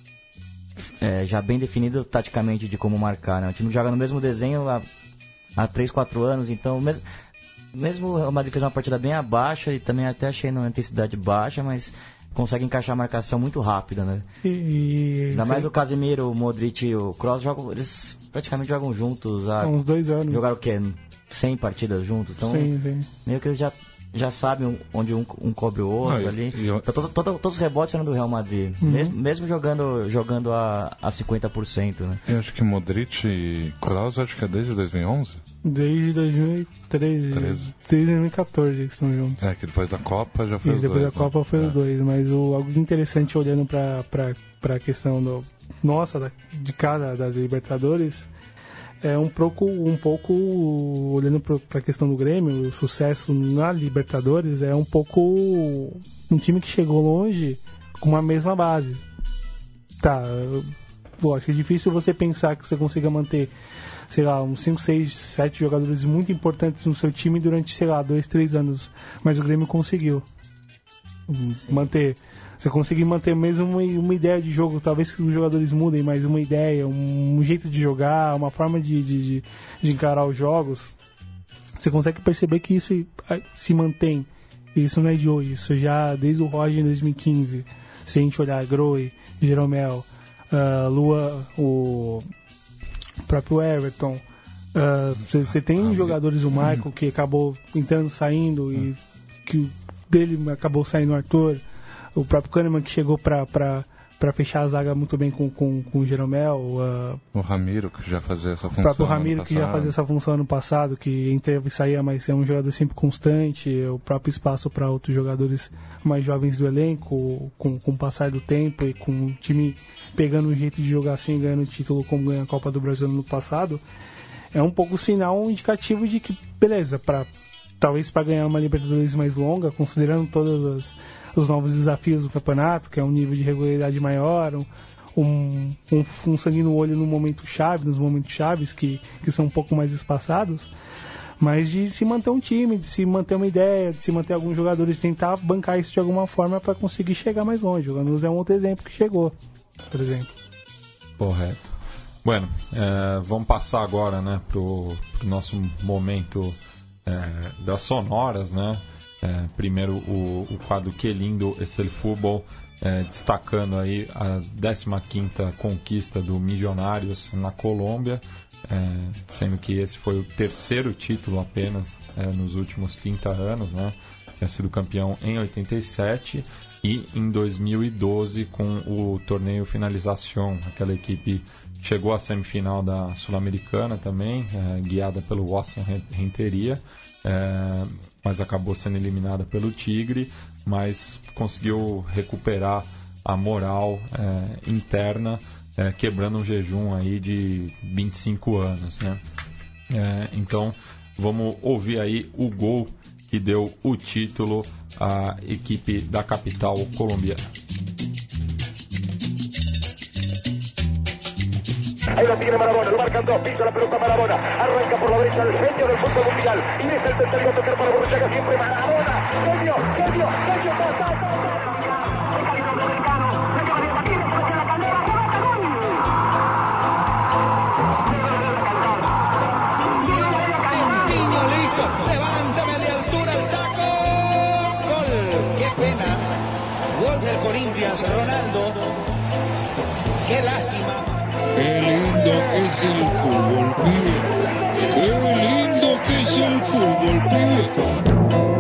É, já bem definido taticamente de como marcar, né? O time joga no mesmo desenho há, há três, quatro anos, então mesmo, mesmo o Real Madrid fez uma partida bem abaixo e também até achei na intensidade baixa, mas consegue encaixar a marcação muito rápida, né? E, Ainda sim. mais o Casemiro, o Modric e o Kroos jogam, eles praticamente jogam juntos há, há uns dois anos. Jogaram o quê? cem partidas juntos, então sim, sim. meio que eles já já sabem onde um, um cobre o outro. Não, ali. E eu... então, todo, todo, todos os rebotes eram do Real Madrid, uhum. mesmo, mesmo jogando, jogando a, a cinquenta por cento, né? Eu acho que Modric e Kroos, acho que é desde dois mil e onze? Desde dois mil e treze, treze. Desde dois mil e quatorze que estão juntos. É, que depois da Copa já foi e os depois dois. Depois da Copa né? foi é. os dois, mas o, algo interessante olhando pra, pra, pra questão do, nossa, da, de cada das Libertadores... É um pouco, um pouco olhando para a questão do Grêmio, o sucesso na Libertadores é um pouco um time que chegou longe com uma mesma base. Tá, eu acho que é difícil você pensar que você consiga manter, sei lá, uns cinco, seis, sete jogadores muito importantes no seu time durante, sei lá, dois, três anos. Mas o Grêmio conseguiu manter... Você conseguir manter mesmo uma, uma ideia de jogo, talvez que os jogadores mudem, mas uma ideia, um, um jeito de jogar, uma forma de, de, de, de encarar os jogos, você consegue perceber que isso se mantém. Isso não é de hoje, isso já desde o Roger em dois mil e quinze. Se a gente olhar Grohe, Jeromel, uh, Lua, o próprio Everton, você uh, tem jogadores, o Michael, que acabou entrando, saindo, e que dele acabou saindo o Arthur. O próprio Kahneman que chegou pra, pra, pra fechar a zaga muito bem com, com, com o Jeromel. Uh, o Ramiro que já fazia essa função. O próprio Ramiro que já fazia essa função ano passado, que entrava e saía, mas é um jogador sempre constante. O próprio espaço para outros jogadores mais jovens do elenco, com, com o passar do tempo e com o time pegando um jeito de jogar assim, ganhando título como ganhou a Copa do Brasil no passado. É um pouco sinal, um indicativo de que, beleza, pra, talvez para ganhar uma Libertadores mais longa, considerando todas as os novos desafios do campeonato, que é um nível de regularidade maior, um, um, um, um sangue no olho no momento chave, nos momentos chaves que, que são um pouco mais espaçados, mas de se manter um time, de se manter uma ideia, de se manter alguns jogadores, tentar bancar isso de alguma forma para conseguir chegar mais longe. O Lanús é um outro exemplo que chegou, por exemplo. Correto. Bueno, é, vamos passar agora, né, pro, pro nosso momento é, das sonoras, né? É, primeiro o, o quadro Que Lindo Es el Fútbol, é, destacando aí a décima quinta conquista do Millonarios na Colômbia, é, sendo que esse foi o terceiro título apenas é, nos últimos trinta anos, né? Tinha sido campeão em oitenta e sete e em dois mil e doze com o torneio Finalização, aquela equipe chegou à semifinal da Sul-Americana também, é, guiada pelo Watson Renteria, é, mas acabou sendo eliminada pelo Tigre, mas conseguiu recuperar a moral é, interna, é, quebrando um jejum aí de vinte e cinco anos, né? É, então vamos ouvir aí o gol que deu o título à equipe da capital colombiana. Ahí lo tiene Maradona, lo marcan dos, pisa la pelota Maradona, arranca por la derecha el genio del fútbol mundial, y desde el tercero a tocar para Borruchaga siempre Maradona, genio, genio, genio, ta, ta, ta, listo, levántame de altura el taco, gol, qué pena, gol del Corinthians, Ronaldo, qué lástima. Qué lindo que es el fútbol, pibe. Qué lindo que es el fútbol, pibe.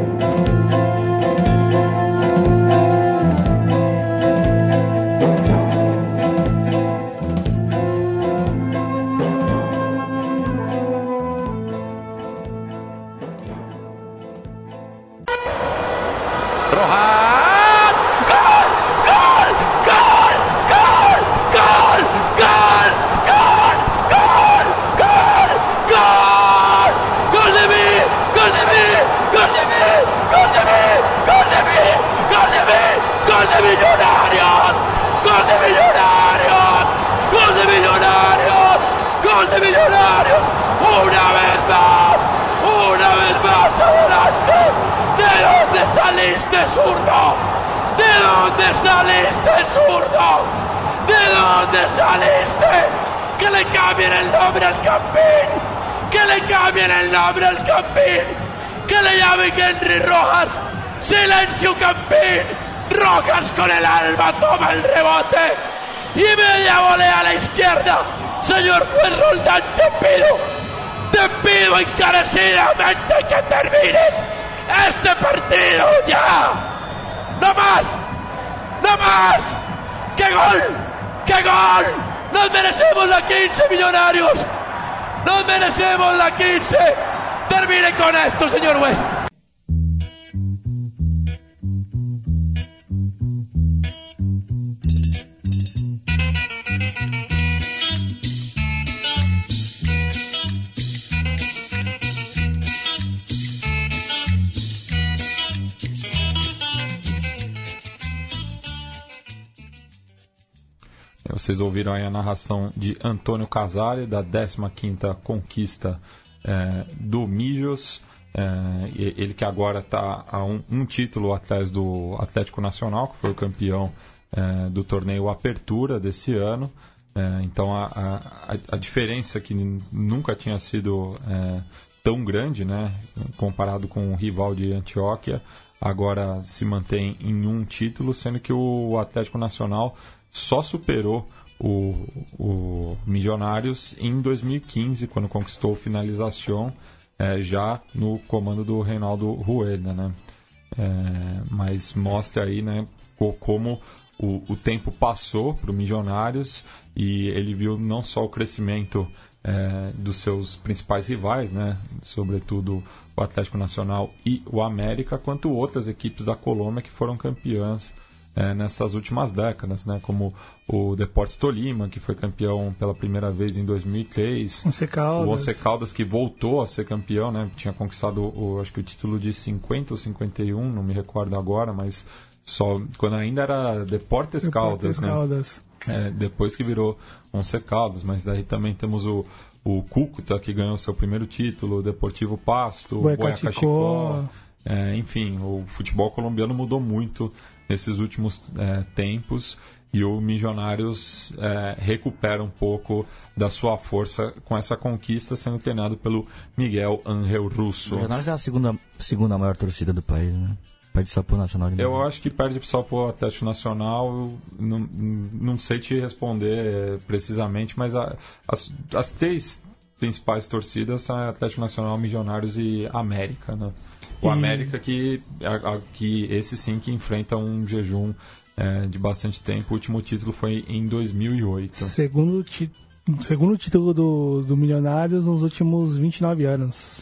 Millonarios, una vez más, una vez más adelante. ¿De dónde saliste, zurdo? ¿De dónde saliste, zurdo? ¿De dónde saliste? Que le cambien el nombre al Campín, que le cambien el nombre al Campín, que le llamen Henry Rojas. Silencio, Campín. Rojas con el alma toma el rebote y media volea a la izquierda. Señor juez Roldán, te pido, te pido encarecidamente que termines este partido ya. ¡No más! ¡No más! ¡Qué gol! ¡Qué gol! ¡Nos merecemos la quince, Millonarios! ¡Nos merecemos la quince! ¡Termine con esto, señor juez! Vocês ouviram aí a narração de Antônio Casale, da décima quinta conquista é, do Millos, é, ele que agora está a um, um título atrás do Atlético Nacional, que foi o campeão é, do torneio Apertura desse ano. É, então a, a, a diferença que nunca tinha sido é, tão grande, né, comparado com o rival de Antioquia, agora se mantém em um título, sendo que o Atlético Nacional só superou o, o Millonarios em dois mil e quinze, quando conquistou Finalização, é, já no comando do Reinaldo Rueda, né? É, mas mostra aí, né, como o, o tempo passou para o Millonarios e ele viu não só o crescimento é, dos seus principais rivais, né, sobretudo o Atlético Nacional e o América, quanto outras equipes da Colômbia que foram campeãs É, nessas últimas décadas, né? Como o Deportes Tolima, que foi campeão pela primeira vez em dois mil e três, Once Caldas. o Once Caldas, que voltou a ser campeão, né? Tinha conquistado o, acho que o título de cinquenta ou cinquenta e um, não me recordo agora, mas só quando ainda era Deportes Caldas, né? Caldas. É, depois que virou Once Caldas, mas daí também temos o, o Cúcuta, que ganhou seu primeiro título, o Deportivo Pasto, o Boyacá Chicó. É, enfim, o futebol colombiano mudou muito nesses últimos é, tempos, e o Milionários é, recupera um pouco da sua força com essa conquista, sendo treinado pelo Miguel Ángel Russo. O Milionários é a segunda, segunda maior torcida do país, né? Perde só pro Nacional de Eu acho que perde só pro Atlético Nacional. Não, não sei te responder precisamente, mas a, as, as três principais torcidas são Atlético Nacional, Milionários e América, né? O E... América que, a, a, que esse sim que enfrenta um jejum é, de bastante tempo. O último título foi em dois mil e oito. Segundo, ti... Segundo título do, do Milionários nos últimos vinte e nove anos.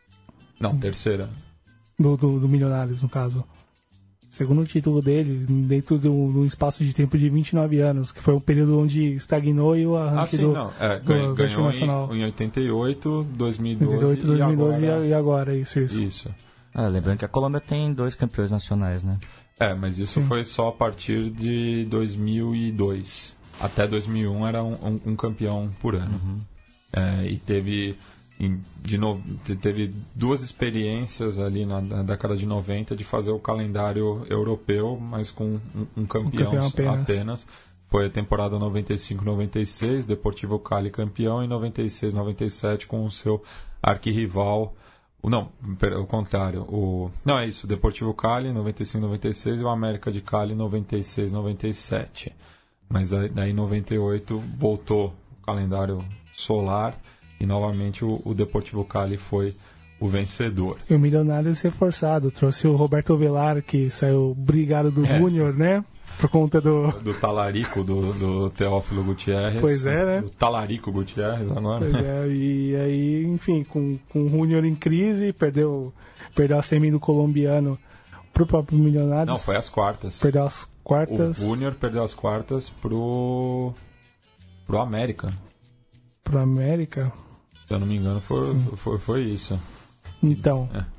Não, terceira. Do, do, do Milionários, no caso. Segundo título dele, dentro de um espaço de tempo de vinte e nove anos, que foi um período onde estagnou e o arranque ah, sim, do, não. É, do, ganhou, do ganhou Nacional. em, em oitenta e oito, dois mil e doze, oitenta e oito, dois mil e doze e agora... e agora, isso, isso. Isso. Ah, lembrando que a Colômbia tem dois campeões nacionais, né? É, mas isso Sim. foi só a partir de dois mil e dois. Até dois mil e um era um, um, um campeão por ano. Uhum. É, e teve, em, de no, teve duas experiências ali na, na década de noventa de fazer o calendário europeu, mas com um, um campeão, um campeão apenas. apenas. Foi a temporada noventa e cinco noventa e seis, Deportivo Cali campeão, e noventa e seis noventa e sete com o seu arquirrival. Não, o contrário. O, não, é isso. O Deportivo Cali, noventa e cinco noventa e seis, e o América de Cali, noventa e seis noventa e sete. Mas daí em noventa e oito voltou o calendário solar e novamente o, o Deportivo Cali foi o vencedor. E o Milionários reforçado. Trouxe o Roberto Velar, que saiu brigado do É. Júnior, né? Por conta do... Do talarico do, do Teófilo Gutierrez. Pois é, né? Do talarico Gutierrez agora. Pois é, e aí, enfim, com, com o Júnior em crise, perdeu, perdeu a semi do colombiano pro próprio Milionários. Não, foi as quartas. Perdeu as quartas O Júnior perdeu as quartas pro, pro América. pro América. Se eu não me engano, foi, foi, foi isso. Então, É.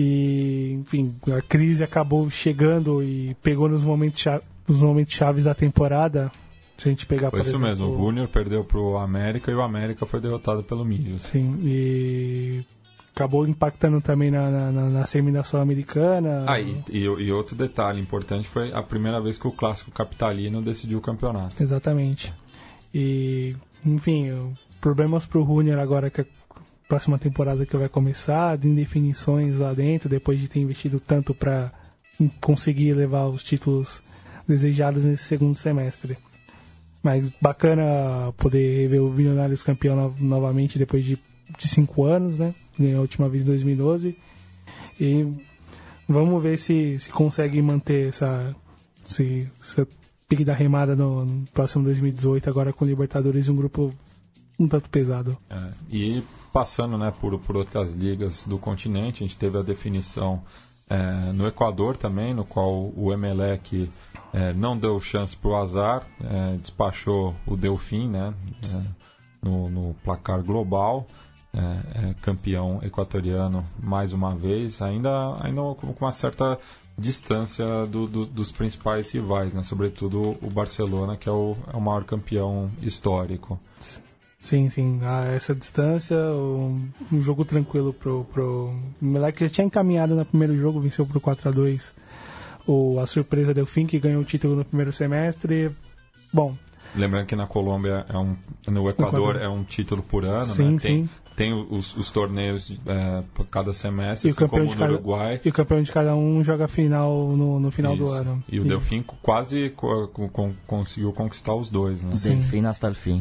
e, enfim, a crise acabou chegando e pegou nos momentos, cha- nos momentos chaves da temporada. Se a gente pegar, Foi por isso exemplo, mesmo, o Júnior perdeu pro América e o América foi derrotado pelo Milhos. Sim, e acabou impactando também na, na, na, na semi da Sul-Americana. Ah, e, e, e outro detalhe importante foi a primeira vez que o Clássico Capitalino decidiu o campeonato. Exatamente. E, enfim, o- problemas pro Júnior agora que a próxima temporada que vai começar, de indefinições lá dentro, depois de ter investido tanto para conseguir levar os títulos desejados nesse segundo semestre. Mas bacana poder ver o Milionários campeão no- novamente depois de, de cinco anos, né? Ganhou a última vez em dois mil e doze. E vamos ver se, se consegue manter essa, esse, essa pique da remada no, no próximo dois mil e dezoito, agora com o Libertadores e um grupo um tanto pesado. É, e passando, né, por, por outras ligas do continente, a gente teve a definição é, no Equador também, no qual o Emelec é, não deu chance para o azar, é, despachou o Delfim, né, é, no, no placar global, é, é, campeão equatoriano mais uma vez, ainda, ainda com uma certa distância do, do, dos principais rivais, né, sobretudo o Barcelona, que é o, é o maior campeão histórico. Sim, sim, a essa distância, um, um jogo tranquilo pro, pro o Emelec, já tinha encaminhado no primeiro jogo, venceu por quatro a dois o, a surpresa Delfim, que ganhou o título no primeiro semestre. Bom, lembrando que na Colômbia é um, no Equador, Equador é um título por ano, sim, né? Tem, sim. tem os, os torneios é, por cada semestre, E o assim campeão como de no cada- Uruguai. E o campeão de cada um joga a final no, no final do Isso. ano. E o Delfim quase co- co- con- conseguiu conquistar os dois, né? Delfim hasta el fim.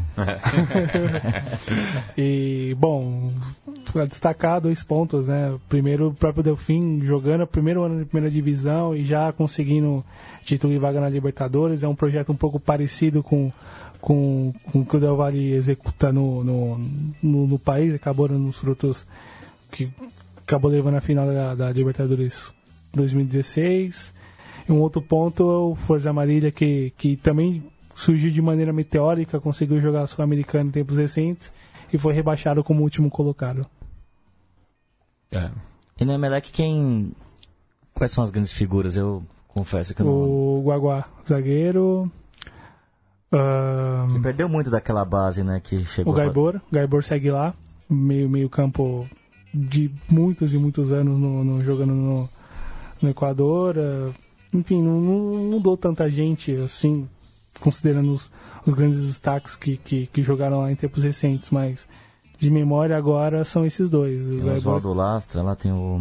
E, bom, pra destacar dois pontos, né? Primeiro, o próprio Delfim jogando o primeiro ano de primeira divisão e já conseguindo título e vaga na Libertadores. É um projeto um pouco parecido com, com, com o que o Del Valle executa no, no, no, no país, acabou dando os frutos que acabou levando a final da, da Libertadores dois mil e dezesseis. E um outro ponto é o Forza Amarilla, que, que também surgiu de maneira meteórica, conseguiu jogar a Sul-Americana em tempos recentes e foi rebaixado como último colocado. É. E no Emelec, quem... Quais são as grandes figuras? Eu confesso que eu não... O Guaguá, zagueiro. ahn, Que perdeu muito daquela base, né? Que chegou o Gaibor. O Gaibor segue lá. Meio, meio campo de muitos e muitos anos no, no- jogando no, no Equador. ah, enfim, não, não mudou tanta gente, assim, considerando os, os grandes destaques que, que, que jogaram lá em tempos recentes, mas de memória agora são esses dois. Tem o Oswaldo Lastra, lá tem o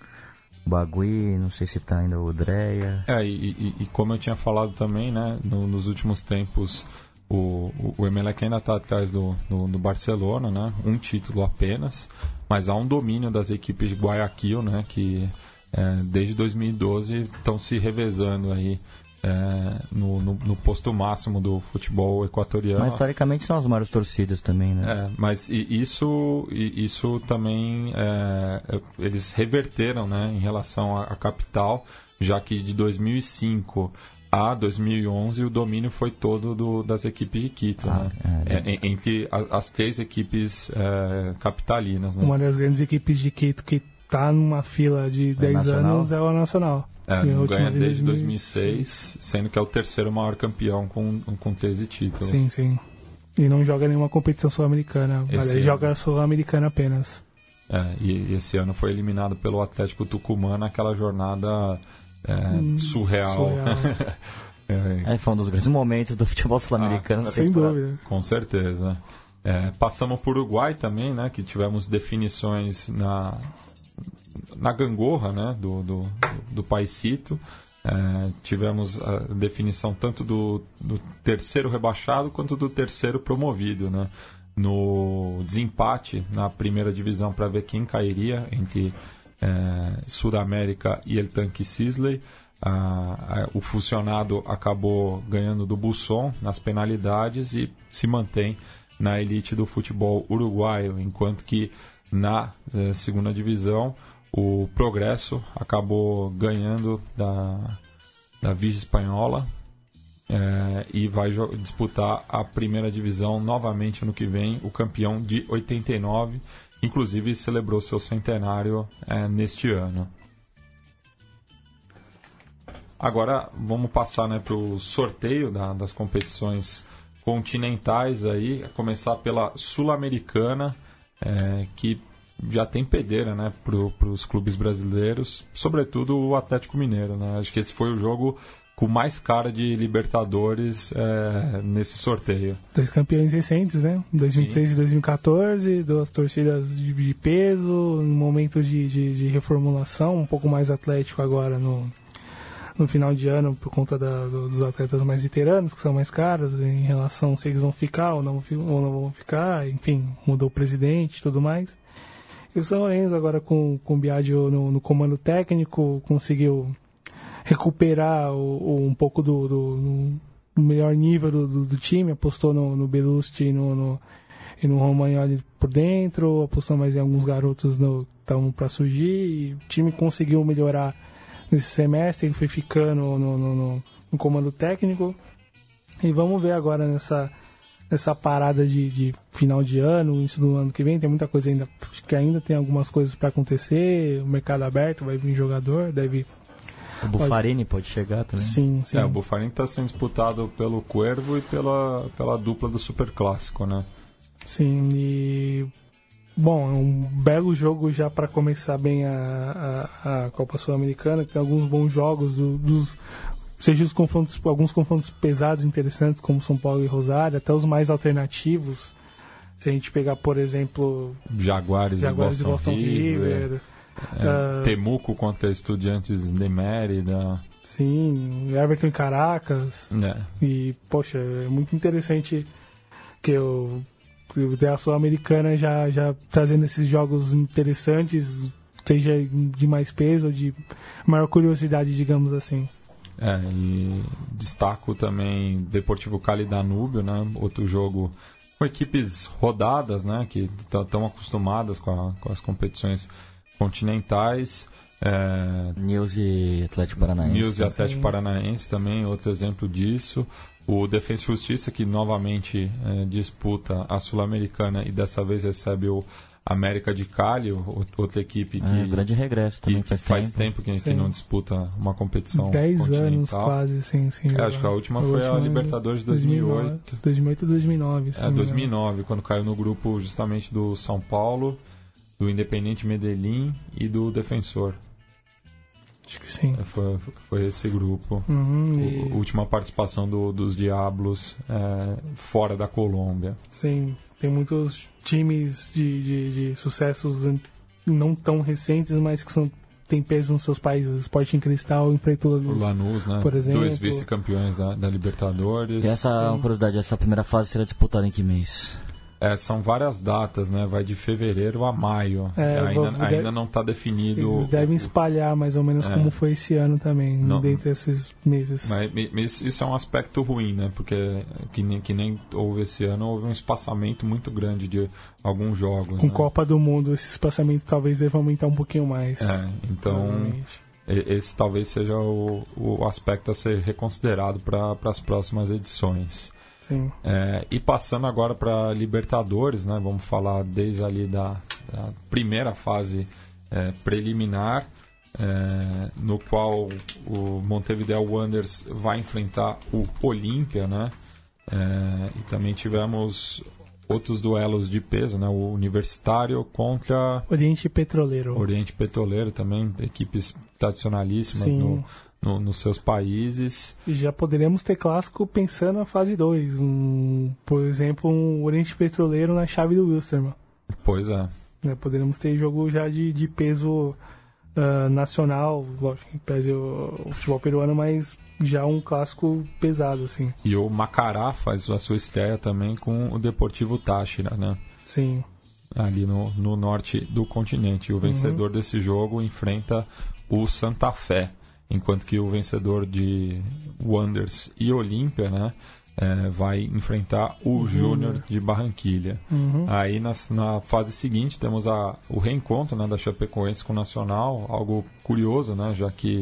Bagui, não sei se tá ainda o Dreia. É, e, e, e como eu tinha falado também, né, no, nos últimos tempos, o, o, o Emelec ainda está atrás do, do, do Barcelona, né, um título apenas, mas há um domínio das equipes de Guayaquil, né, que é, desde dois mil e doze estão se revezando aí é, no, no, no posto máximo do futebol equatoriano. Mas historicamente são as maiores torcidas também, né? É, mas e, isso, e, isso também é, eles reverteram, né, em relação à, à capital, já que de dois mil e cinco a dois mil e onze o domínio foi todo do, das equipes de Quito, ah, né? É, é, é. Entre a, as três equipes é, capitalinas. Né? Uma das grandes equipes de Quito que tá numa fila de dez anos é o Nacional. É, ganha desde dois mil e seis, sendo que é o terceiro maior campeão com, com treze títulos. Sim, sim. E não joga nenhuma competição sul-americana. Ele joga sul-americana apenas. É, e, e esse ano foi eliminado pelo Atlético Tucumã naquela jornada é, hum, surreal. surreal. é, é, foi um dos grandes momentos do futebol sul-americano. Ah, sem dúvida. Com certeza. É, passamos por Uruguai também, né, que tivemos definições na... na gangorra, né, do, do, do Paisito. É, tivemos a definição tanto do, do terceiro rebaixado quanto do terceiro promovido, né, no desempate na primeira divisão para ver quem cairia entre é, Sudamérica e El Tanque Sisley. A, a, o Fusionado acabou ganhando do Busson nas penalidades e se mantém na elite do futebol uruguaio, enquanto que na eh, segunda divisão o Progresso acabou ganhando da, da Vigia Espanhola eh, e vai disputar a primeira divisão novamente ano que vem, o campeão de oitenta e nove, inclusive celebrou seu centenário eh, neste ano. Agora vamos passar, né, para o sorteio da, das competições continentais, aí, a começar pela Sul-Americana, é, que já tem pedeira, né, para os clubes brasileiros, sobretudo o Atlético Mineiro, né? Acho que esse foi o jogo com mais cara de Libertadores é, nesse sorteio. Dois campeões recentes, né? dois mil e treze e dois mil e catorze, duas torcidas de, de peso, um momento de, de, de reformulação, um pouco mais atlético agora no, no final de ano, por conta da, do, dos atletas mais veteranos, que são mais caros, em relação se eles vão ficar ou não, ou não vão ficar, enfim, mudou o presidente e tudo mais. E o São Lourenço agora com, com o Biagio no, no comando técnico conseguiu recuperar o, o, um pouco do, do, do melhor nível do, do, do time, apostou no, no Belusti e no, no, e no Romagnoli por dentro, apostou mais em alguns garotos no, que estavam para surgir, e o time conseguiu melhorar nesse semestre, ele foi ficando no, no, no, no comando técnico, e vamos ver agora nessa nessa parada de, de final de ano, início do ano que vem, tem muita coisa ainda, acho que ainda tem algumas coisas para acontecer, o mercado aberto, vai vir jogador, deve... O Buffarini pode, pode chegar também. Sim, sim. É, o Buffarini está sendo disputado pelo Cuervo e pela, pela dupla do Superclássico, né? Sim, e... Bom, é um belo jogo já para começar bem a, a, a Copa Sul-Americana, que tem alguns bons jogos, do, dos, seja os confrontos, alguns confrontos pesados interessantes, como São Paulo e Rosário, até os mais alternativos. Se a gente pegar, por exemplo... Jaguares, Jaguares e Boston, Boston River... River É, uh, Temuco contra Estudiantes de Mérida. Sim, Everton em Caracas. É. E, poxa, é muito interessante que o a Sul-Americana já, já trazendo esses jogos interessantes, seja de mais peso ou de maior curiosidade, digamos assim. É, e destaco também Deportivo Cali Danúbio, né? Outro jogo com equipes rodadas, né? Que estão acostumadas com, a, com as competições continentais. É, News e Atlético Paranaense. News e Atlético Paranaense também, outro exemplo disso. O Defensa e Justiça, que novamente é, disputa a Sul-Americana e dessa vez recebe o América de Cali, outra equipe que... É, grande regresso também, que faz, faz tempo, tempo que, que não disputa uma competição Dez continental. anos quase, sim, sim. É, acho que a última a foi última a Libertadores de dois mil e oito. dois mil e oito e dois mil e nove. É, dois mil e nove, quando caiu no grupo justamente do São Paulo, do Independiente Medellín e do Defensor. Acho que sim. Foi, foi esse grupo. Uhum, e... A última participação do, dos Diablos é, fora da Colômbia. Sim, tem muitos times de, de, de sucessos não tão recentes, mas que são, tem peso nos seus países. Sporting Cristal enfrentou o Lanús, o Lanús, né? Por exemplo. Dois vice-campeões da, da Libertadores. E essa, uma curiosidade, essa primeira fase será disputada em que mês? É, são várias datas, né? Vai de fevereiro a maio. É, ainda, vou, ainda não está definido. Eles devem espalhar mais ou menos é. como foi esse ano também, não, dentre esses meses. Mas, mas isso é um aspecto ruim, né? Porque que nem, que nem houve esse ano, houve um espaçamento muito grande de alguns jogos. Com né? Copa do Mundo, esse espaçamento talvez deva aumentar um pouquinho mais. É, então esse talvez seja o, o aspecto a ser reconsiderado para as próximas edições. Sim. É, e passando agora para Libertadores, né? Vamos falar desde ali da, da primeira fase é, preliminar, é, no qual o Montevideo Wanderers vai enfrentar o Olímpia, né? É, e também tivemos outros duelos de peso, né? O Universitário contra Oriente Petroleiro. Oriente Petroleiro também, equipes tradicionalíssimas no No, nos seus países. E já poderíamos ter clássico pensando na fase dois. Um, por exemplo, um Oriente Petroleiro na chave do Wilstermann. Pois é. é poderíamos ter jogo já de, de peso uh, nacional, lógico, pese o, o futebol peruano, mas já um clássico pesado, assim. E o Macará faz a sua estreia também com o Deportivo Táchira, né? Sim. Ali no, no norte do continente. E o vencedor uhum. desse jogo enfrenta o Santa Fé. Enquanto que o vencedor de Wanderers e Olímpia, né, é, vai enfrentar o uhum. Júnior de Barranquilha. Uhum. Aí nas, na fase seguinte temos a, o reencontro, né, da Chapecoense com o Nacional, algo curioso, né, já que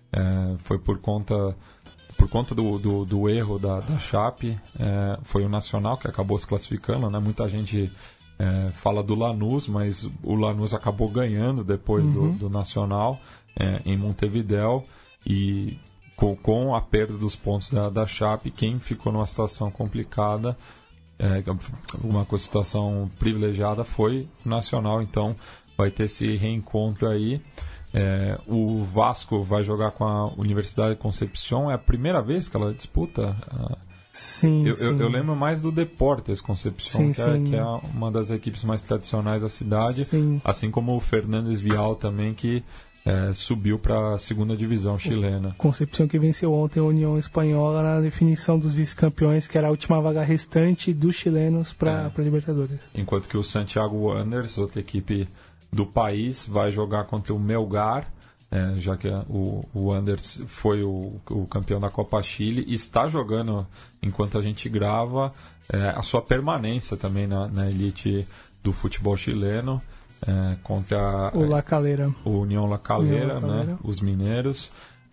é, foi por conta, por conta do, do, do erro da, da Chape, é, foi o Nacional que acabou se classificando, né, muita gente é, fala do Lanús, mas o Lanús acabou ganhando depois uhum. do, do Nacional. É, em Montevideo, e com, com a perda dos pontos da, da Chape, quem ficou numa situação complicada, é, uma situação privilegiada, foi o Nacional. Então vai ter esse reencontro aí. É, o Vasco vai jogar com a Universidade de Concepción, é a primeira vez que ela disputa. A... Sim, eu, sim. Eu, eu lembro mais do Deportes Concepción, sim, que, é, que é uma das equipes mais tradicionais da cidade, sim. assim como o Fernández Vial também, que É, subiu para a segunda divisão chilena. Concepción que venceu ontem a União Espanhola na definição dos vice-campeões, que era a última vaga restante dos chilenos para é. a Libertadores. Enquanto que o Santiago Wanderers, outra equipe do país, vai jogar contra o Melgar, é, já que o, o Wanderers foi o, o campeão da Copa Chile, e está jogando, enquanto a gente grava, é, a sua permanência também na, na elite do futebol chileno. É, contra o La Calera. o União La Calera, União La Calera. Né, os mineiros.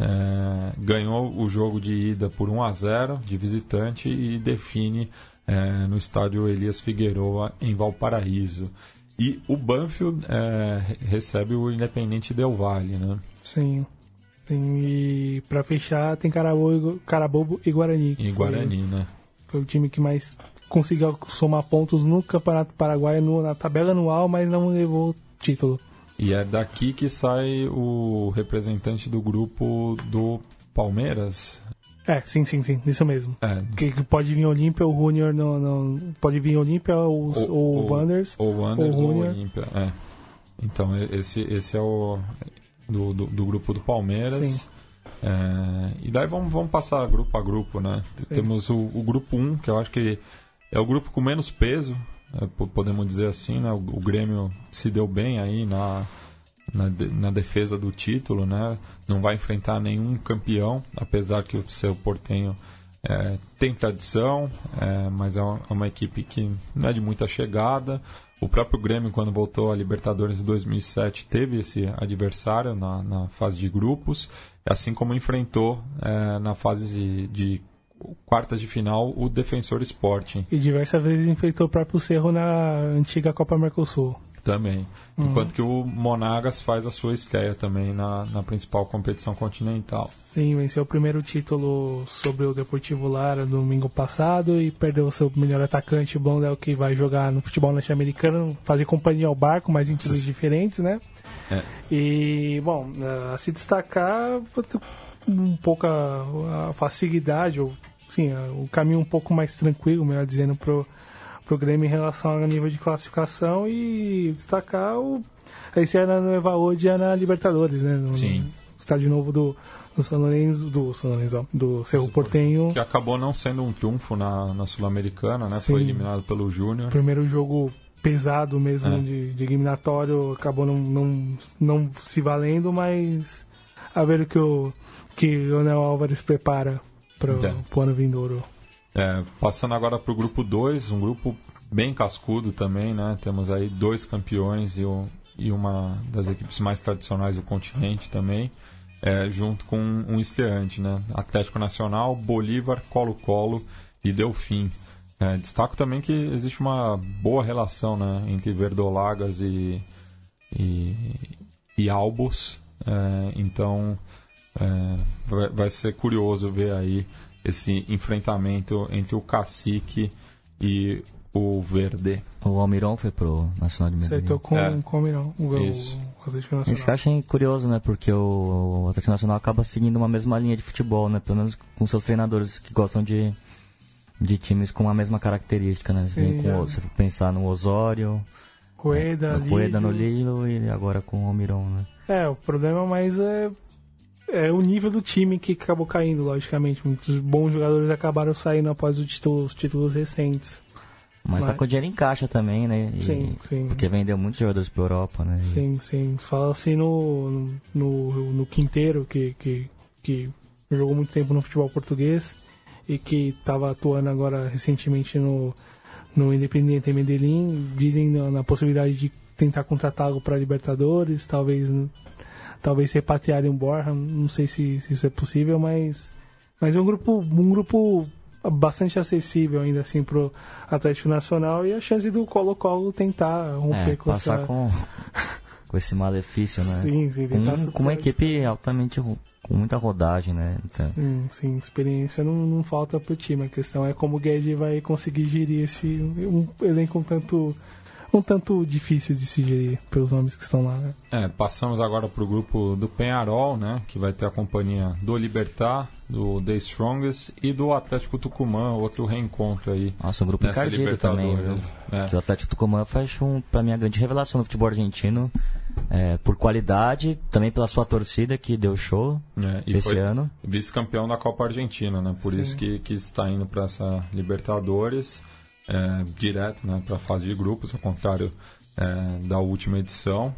É, ganhou o jogo de ida por um a zero de visitante e define é, no estádio Elias Figueroa, em Valparaíso. E o Banfield é, recebe o Independente Del Valle, né? Sim. Tem, e para fechar tem Carabobo, Carabobo e Guarani. E Guarani, foi, né? Foi o time que mais conseguiu somar pontos no Campeonato Paraguaio, no, na tabela anual, mas não levou título. E é daqui que sai o representante do grupo do Palmeiras. É, sim, sim, sim, isso mesmo. É. Que, que pode vir Olímpia ou Júnior, não, não, pode vir Olímpia ou, ou, ou Wanderers. Ou Wanderers ou Olímpia, é. Então esse, esse é o do, do, do grupo do Palmeiras. Sim. É, e daí vamos, vamos passar grupo a grupo, né? Sim. Temos o, o grupo um, que eu acho que é o grupo com menos peso, é, podemos dizer assim, né? O, o Grêmio se deu bem aí na, na, na defesa do título, né? Não vai enfrentar nenhum campeão, apesar que o seu Portenho é, tem tradição, é, mas é uma, é uma equipe que não é de muita chegada. O próprio Grêmio, quando voltou à Libertadores de dois mil e sete, teve esse adversário na, na fase de grupos, assim como enfrentou é, na fase de, de quartas de final o Defensor Sporting. E diversas vezes enfrentou o próprio Cerro na antiga Copa Mercosul. Também. Uhum. Enquanto que o Monagas faz a sua estreia também na, na principal competição continental. Sim, venceu o primeiro título sobre o Deportivo Lara no domingo passado e perdeu o seu melhor atacante, o Blondel, que vai jogar no futebol norte-americano, fazer companhia ao barco, mas em times diferentes, né? É. E, bom, a se destacar um pouco a, a facilidade, ou sim, o caminho um pouco mais tranquilo, melhor dizendo, pro pro Grêmio em relação ao nível de classificação e destacar o a estreia no Evaúdia na Libertadores, né? No, Sim. no estádio novo do, do São Lourenço, do São Lourenço, do Cerro Porteño. Que acabou não sendo um triunfo na, na Sul-Americana, né? Sim. Foi eliminado pelo Júnior. Primeiro jogo pesado mesmo, É. de, de eliminatório, acabou não, não, não se valendo, mas a ver o que o que o Leonel Álvares prepara para É. o ano vindouro. É, passando agora para o grupo dois, um grupo bem cascudo também, né? Temos aí dois campeões e, o, e uma das equipes mais tradicionais do continente também, é, junto com um estreante, né? Atlético Nacional, Bolívar, Colo-Colo e Delfim. É, destaco também que existe uma boa relação, né, entre Verdolagas e, e, e Albos, é, então é, vai, vai ser curioso ver aí esse enfrentamento entre o Cacique e o Verde. O Almirão foi pro Nacional de Medellín. Acertou com, É. com o Mirão, o, o Isso. Atlético Isso que eu Nacional. achei curioso, né? Porque o Atlético Nacional acaba seguindo uma mesma linha de futebol, né? Pelo menos com seus treinadores que gostam de, de times com a mesma característica, né? Sim, Vem com, é. o- se for pensar no Osório, Rueda, no Rueda no Lídio. Lilo e agora com o Almirão, né? É, o problema mais é, é o nível do time que acabou caindo, logicamente. Muitos bons jogadores acabaram saindo após os títulos, os títulos recentes. Mas, Mas- tá com dinheiro em caixa também, né? E- Sim, sim. Porque vendeu muitos jogadores pra Europa, né? E- Sim, sim. Fala assim no, no, no Quinteiro, que, que, que jogou muito tempo no futebol português e que estava atuando agora recentemente no, no Independiente Medellín. Dizem na, na possibilidade de tentar contratá-lo para Libertadores, talvez, talvez repatriarem um Borja, não sei se, se isso é possível, mas, mas é um grupo, um grupo bastante acessível ainda assim pro Atlético Nacional e a chance do Colo-Colo tentar romper É, com passar essa... com, com esse malefício, né? Sim, sim, com, tentar com superar. uma equipe altamente ro- com muita rodagem, né? Então, Sim, sim, experiência não, não falta pro time. A questão é como o Guedes vai conseguir gerir esse um elenco um tanto, um tanto difícil de se gerir pelos nomes que estão lá, né? É, passamos agora para o grupo do Peñarol, né, que vai ter a companhia do Libertad, do The Strongest e do Atlético Tucumã, outro reencontro aí. nossa, o grupo Nessa encardido também, viu? Libertadores, é. Que o Atlético Tucumã faz, um, pra mim, a grande revelação do futebol argentino. É, por qualidade, também pela sua torcida que deu show É, e esse foi ano. vice-campeão da Copa Argentina, né? Por Sim. isso que, que está indo para essa Libertadores é, direto, né, para a fase de grupos, ao contrário é, da última edição.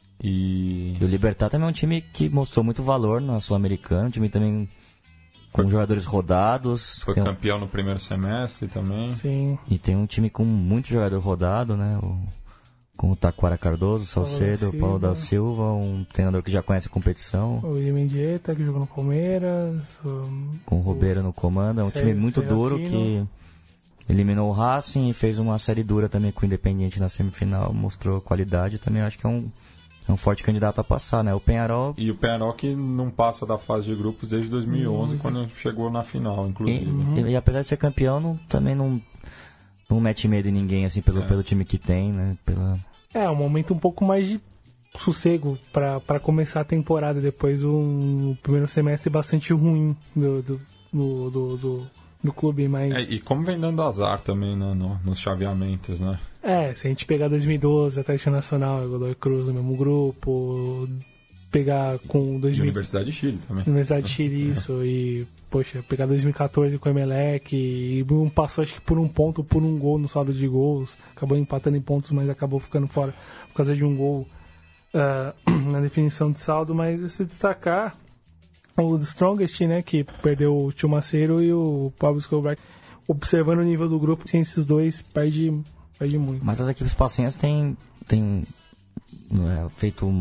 E E o Libertad também é um time que mostrou muito valor na Sul-Americana, um time também com Foi- jogadores rodados. foi tem um- campeão no primeiro semestre também. Sim, E tem um time com muito jogador rodado, né? O, com o Taquara Cardoso, o Salcedo, o Paulo da Silva, um treinador que já conhece a competição, o William Mendieta, que jogou no Palmeiras. O... com o Robeiro no comando. É um Sérgio time muito duro que Serafino. eliminou o Racing e fez uma série dura também com o Independiente na semifinal, mostrou qualidade. Também acho que é um, é um forte candidato a passar, né? O Peñarol E o Peñarol que não passa da fase de grupos desde dois mil e onze, quando chegou na final, inclusive. E, e apesar de ser campeão, não- também não, não mete medo em ninguém, assim, pelo, É. pelo time que tem, né? Pela... É, um momento um pouco mais de sossego para começar a temporada depois do um primeiro semestre bastante ruim do, do, do, do, do, do clube, mas... É, e como vem dando azar também, né, no- nos chaveamentos, né? É, se a gente pegar dois mil e doze, Atlético Nacional e Godoy Cruz no mesmo grupo, pegar com E dois mil Universidade de Chile também. Universidade de Chile, isso, e, poxa, pegar dois mil e catorze com o Emelec, e um passou acho que por um ponto, por um gol no saldo de gols, acabou empatando em pontos, mas acabou ficando fora por causa de um gol ah, na definição de saldo, mas se destacar o Strongest, né, que perdeu o Tio Maceiro e o Pablo Escobar, observando o nível do grupo, sem esses dois, perde, perde muito. Mas as equipes passenhas têm, têm é, feito um-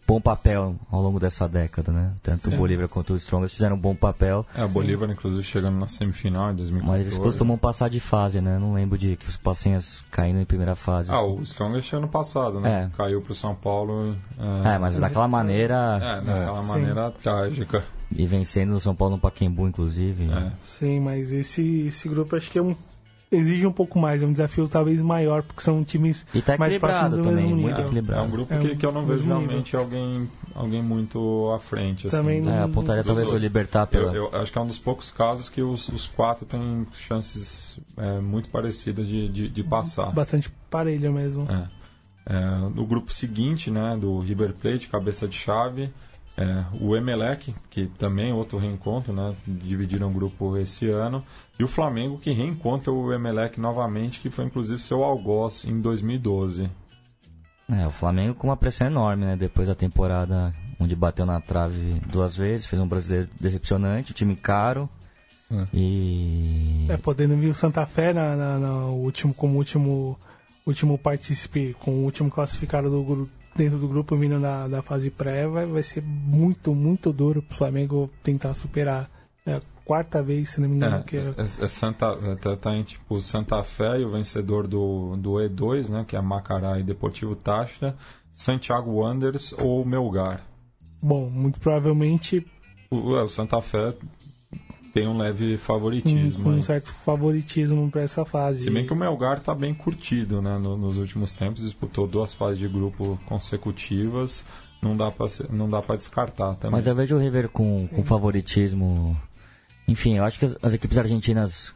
bom papel ao longo dessa década, né? Tanto Sim. o Bolívar quanto o Strongest fizeram um bom papel. É, o Bolívar, inclusive, chegando na semifinal em dois mil e quatorze. Mas eles costumam passar de fase, né? Não lembro de que os passinhas caindo em primeira fase. Ah, o Strongest ano passado, né? É. Caiu pro São Paulo. É, é mas daquela maneira... É, daquela Sim. maneira trágica. E vencendo o São Paulo no Pacaembu, inclusive. É. Sim, mas esse, esse grupo acho que é um, exige um pouco mais, é um desafio talvez maior, porque são times E tá mais equilibrado próximos do também, mesmo muito nível. É equilibrado. um grupo É que, um- que eu não vejo mesmo realmente alguém, alguém muito à frente. Assim. Também não- É, apontaria Dos talvez o outros. Libertar pela... Eu, eu acho que é um dos poucos casos que os, os quatro têm chances é, muito parecidas de, de, de passar. Bastante parelha mesmo. É. É, no grupo seguinte, né, do River Plate, cabeça de chave, é, o Emelec, que também é outro reencontro, né, dividiram o grupo esse ano, e o Flamengo, que reencontra o Emelec novamente, que foi inclusive seu algoz em dois mil e doze. É, o Flamengo com uma pressão enorme, né? Depois da temporada onde bateu na trave duas vezes, fez um brasileiro decepcionante, um time caro. É. E... É, podendo vir o Santa Fé na, na, na último, como último, último partícipe, com o último classificado do grupo, dentro do grupo vindo da, da fase pré, vai, vai ser muito, muito duro pro Flamengo tentar superar. É a quarta vez, se não me engano, É, que é... é, é Santa, tá, tá em tipo Santa Fé e o vencedor do, do E dois, né, que é Macará e Deportivo Táchira, Santiago Wanderers ou Melgar. Bom, muito provavelmente O, é, o Santa Fé tem um leve favoritismo. um, um aí. certo favoritismo para essa fase. Se bem que o Melgar está bem curtido, né? No, nos últimos tempos, disputou duas fases de grupo consecutivas, não dá para não dá para descartar também. Mas eu vejo o River com, com favoritismo. Enfim, eu acho que as, as equipes argentinas,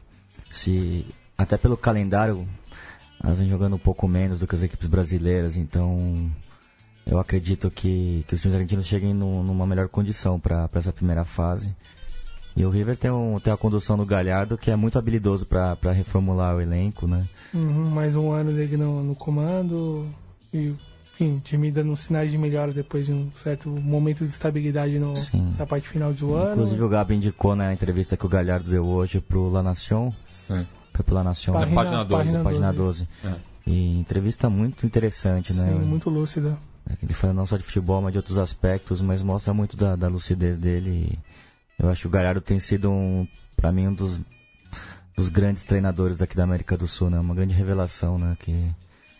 se até pelo calendário, elas vêm jogando um pouco menos do que as equipes brasileiras, então eu acredito que, que os times argentinos cheguem no, numa melhor condição para essa primeira fase. E o River tem, um, tem a condução do Galhardo, que é muito habilidoso para reformular o elenco, né? Uhum, mais um ano dele no, no comando. E, enfim, o time dando sinais de melhora depois de um certo momento de estabilidade no, Sim. nessa parte final do ano. Inclusive o Gabi indicou na entrevista que o Galhardo deu hoje pro La Nación. Sim. Foi pro La Nación, Página- né? página doze. página Página doze. doze. É. E entrevista muito interessante, né? Sim, muito lúcida. É, ele fala não só de futebol, mas de outros aspectos, mas mostra muito da, da lucidez dele. E eu acho que o Galhardo tem sido, um, pra mim, um dos, dos grandes treinadores daqui da América do Sul, né? Uma grande revelação, né? Que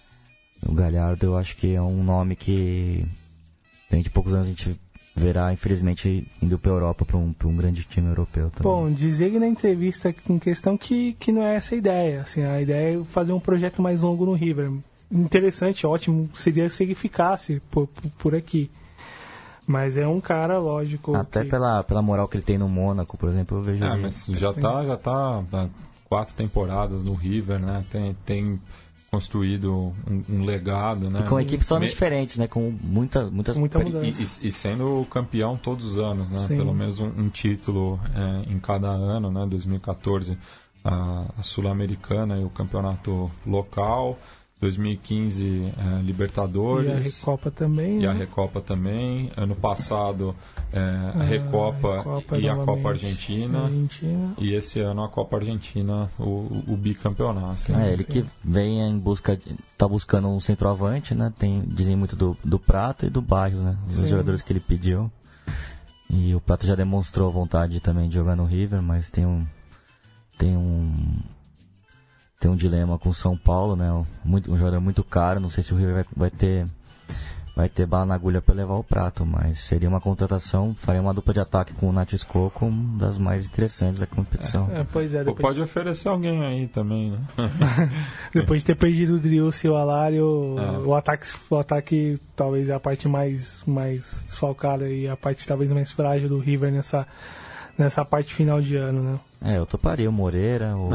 o Galhardo, eu acho que é um nome que dentro de poucos anos a gente verá, infelizmente, indo pra Europa, pra um, pra um grande time europeu também. Bom, dizer ele na entrevista em questão que, que não é essa a ideia. Assim, a ideia é fazer um projeto mais longo no River. Interessante, ótimo, seria se ele ficasse por, por, por aqui. Mas é um cara, lógico. Até que... pela, pela moral que ele tem no Mônaco, por exemplo, eu vejo É, ele. mas já tá, já tá há quatro temporadas no River, né? Tem, tem construído um, um legado, né? E com equipes totalmente Me- diferentes, né? Com muita, muitas Muita E, mudança. e- e sendo campeão todos os anos, né? Sim. Pelo menos um, um título é, em cada ano, né? dois mil e quatorze a, a Sul-Americana e o campeonato local. dois mil e quinze é, Libertadores. E a Recopa também. E a né? Recopa também. Ano passado é, a Ah, Recopa, Recopa e a novamente. Copa Argentina. Argentina. E esse ano a Copa Argentina, o, o bicampeonato. É, ele que vem em busca, de, tá buscando um centroavante, né? Tem, dizem muito do, do Prato e do Bairros, né? Os Sim. jogadores que ele pediu. E o Prato já demonstrou vontade também de jogar no River, mas tem um tem um tem um dilema com o São Paulo, né? Um, muito, um jogador muito caro, não sei se o River vai, vai ter vai ter bala na agulha para levar o Prato, mas seria uma contratação, faria uma dupla de ataque com o Nacho Escoco, uma das mais interessantes da competição. É, pois é, Pô, depois, Pode oferecer alguém aí também, né? depois de ter perdido o Driussi e o Alário, É. o, ataque, o ataque talvez é a parte mais, mais desfalcada e a parte talvez mais frágil do River nessa, nessa parte final de ano, né? É, eu toparia o Moreira, o,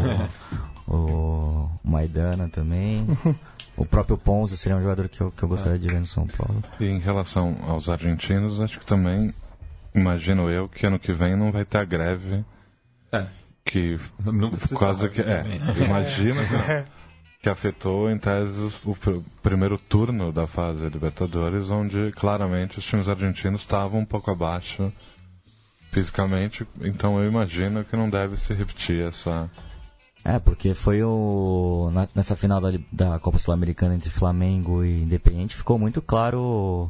o Maidana também. O próprio Ponzo seria um jogador que eu, que eu gostaria de ver no São Paulo. E em relação aos argentinos, acho que também, imagino eu, que ano que vem não vai ter a greve É. que Não precisa quase que é, também. imagina que, É. que afetou em tese o pr- primeiro turno da fase Libertadores, onde claramente os times argentinos estavam um pouco abaixo fisicamente, então eu imagino que não deve se repetir essa. É, porque foi o. na- nessa final da, da Copa Sul-Americana entre Flamengo e Independiente, ficou muito claro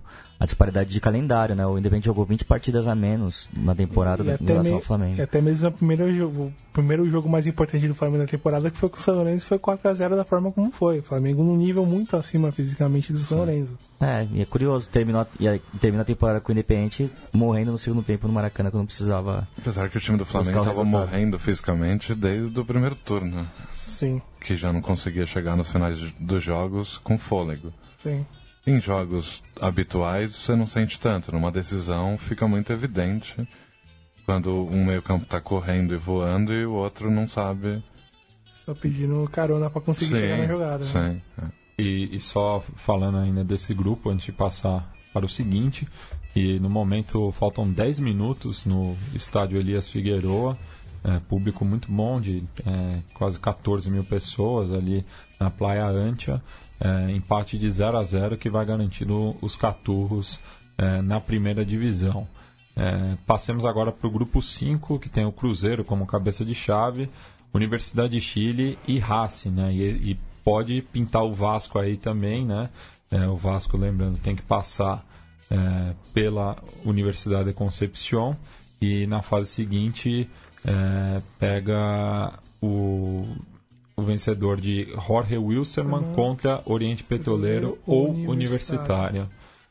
a disparidade de calendário, né? O Independente jogou vinte partidas a menos na temporada em relação me... ao Flamengo. E até mesmo o primeiro jogo, o primeiro jogo mais importante do Flamengo na temporada, que foi com o São Lourenço, foi quatro a zero da forma como foi. O Flamengo num nível muito acima fisicamente do São Lourenço. É, e é curioso, terminou, e aí, termina a temporada com o Independente morrendo no segundo tempo no Maracanã, quando não precisava... Apesar que o time do Flamengo estava morrendo fisicamente desde o primeiro turno. Sim. Que já não conseguia chegar nos finais dos jogos com fôlego. Sim. Em jogos habituais, você não sente tanto. Numa decisão, fica muito evidente quando um meio-campo está correndo e voando e o outro não sabe. Só pedindo carona para conseguir sim, chegar na jogada. Sim. Né? É. E, e só falando ainda desse grupo, antes de passar para o seguinte, que no momento faltam dez minutos no estádio Elias Figueroa. É, público muito bom, de é, quase catorze mil pessoas ali na Praia Antia. É, empate de zero a zero que vai garantindo os caturros é, na primeira divisão. É, passemos agora para o grupo cinco, que tem o Cruzeiro como cabeça de chave, Universidade de Chile e Racing, né? E, e pode pintar o Vasco aí também, né? É, o Vasco, lembrando, tem que passar é, pela Universidade de Concepción e na fase seguinte é, pega o... o vencedor de Jorge Wilstermann uhum. contra Oriente Petroleiro ou Universitário.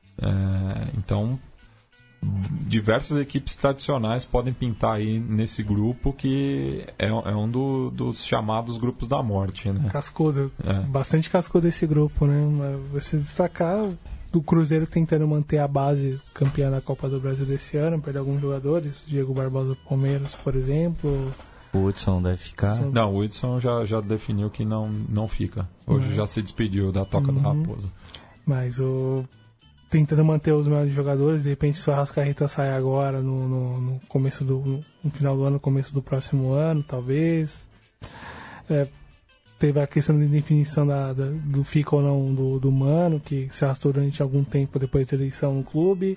É, então, diversas equipes tradicionais podem pintar aí nesse grupo, que é, é um do, dos chamados grupos da morte, né? Cascudo. É. Bastante cascudo esse grupo, né? Você destacar do Cruzeiro tentando manter a base campeã da Copa do Brasil desse ano, perder alguns jogadores, Diego Barbosa do Palmeiras, por exemplo... O Hudson deve ficar. Não, o Hudson já, já definiu que não, não fica. Hoje uhum. já se despediu da Toca uhum. da Raposa. Mas o... tentando manter os melhores jogadores, de repente se o Arrascaeta sai agora no, no, no começo do... no final do ano, começo do próximo ano, talvez. É, teve a questão da definição da, da, do fica ou não do, do Mano, que se arrastou durante algum tempo depois da eleição no clube.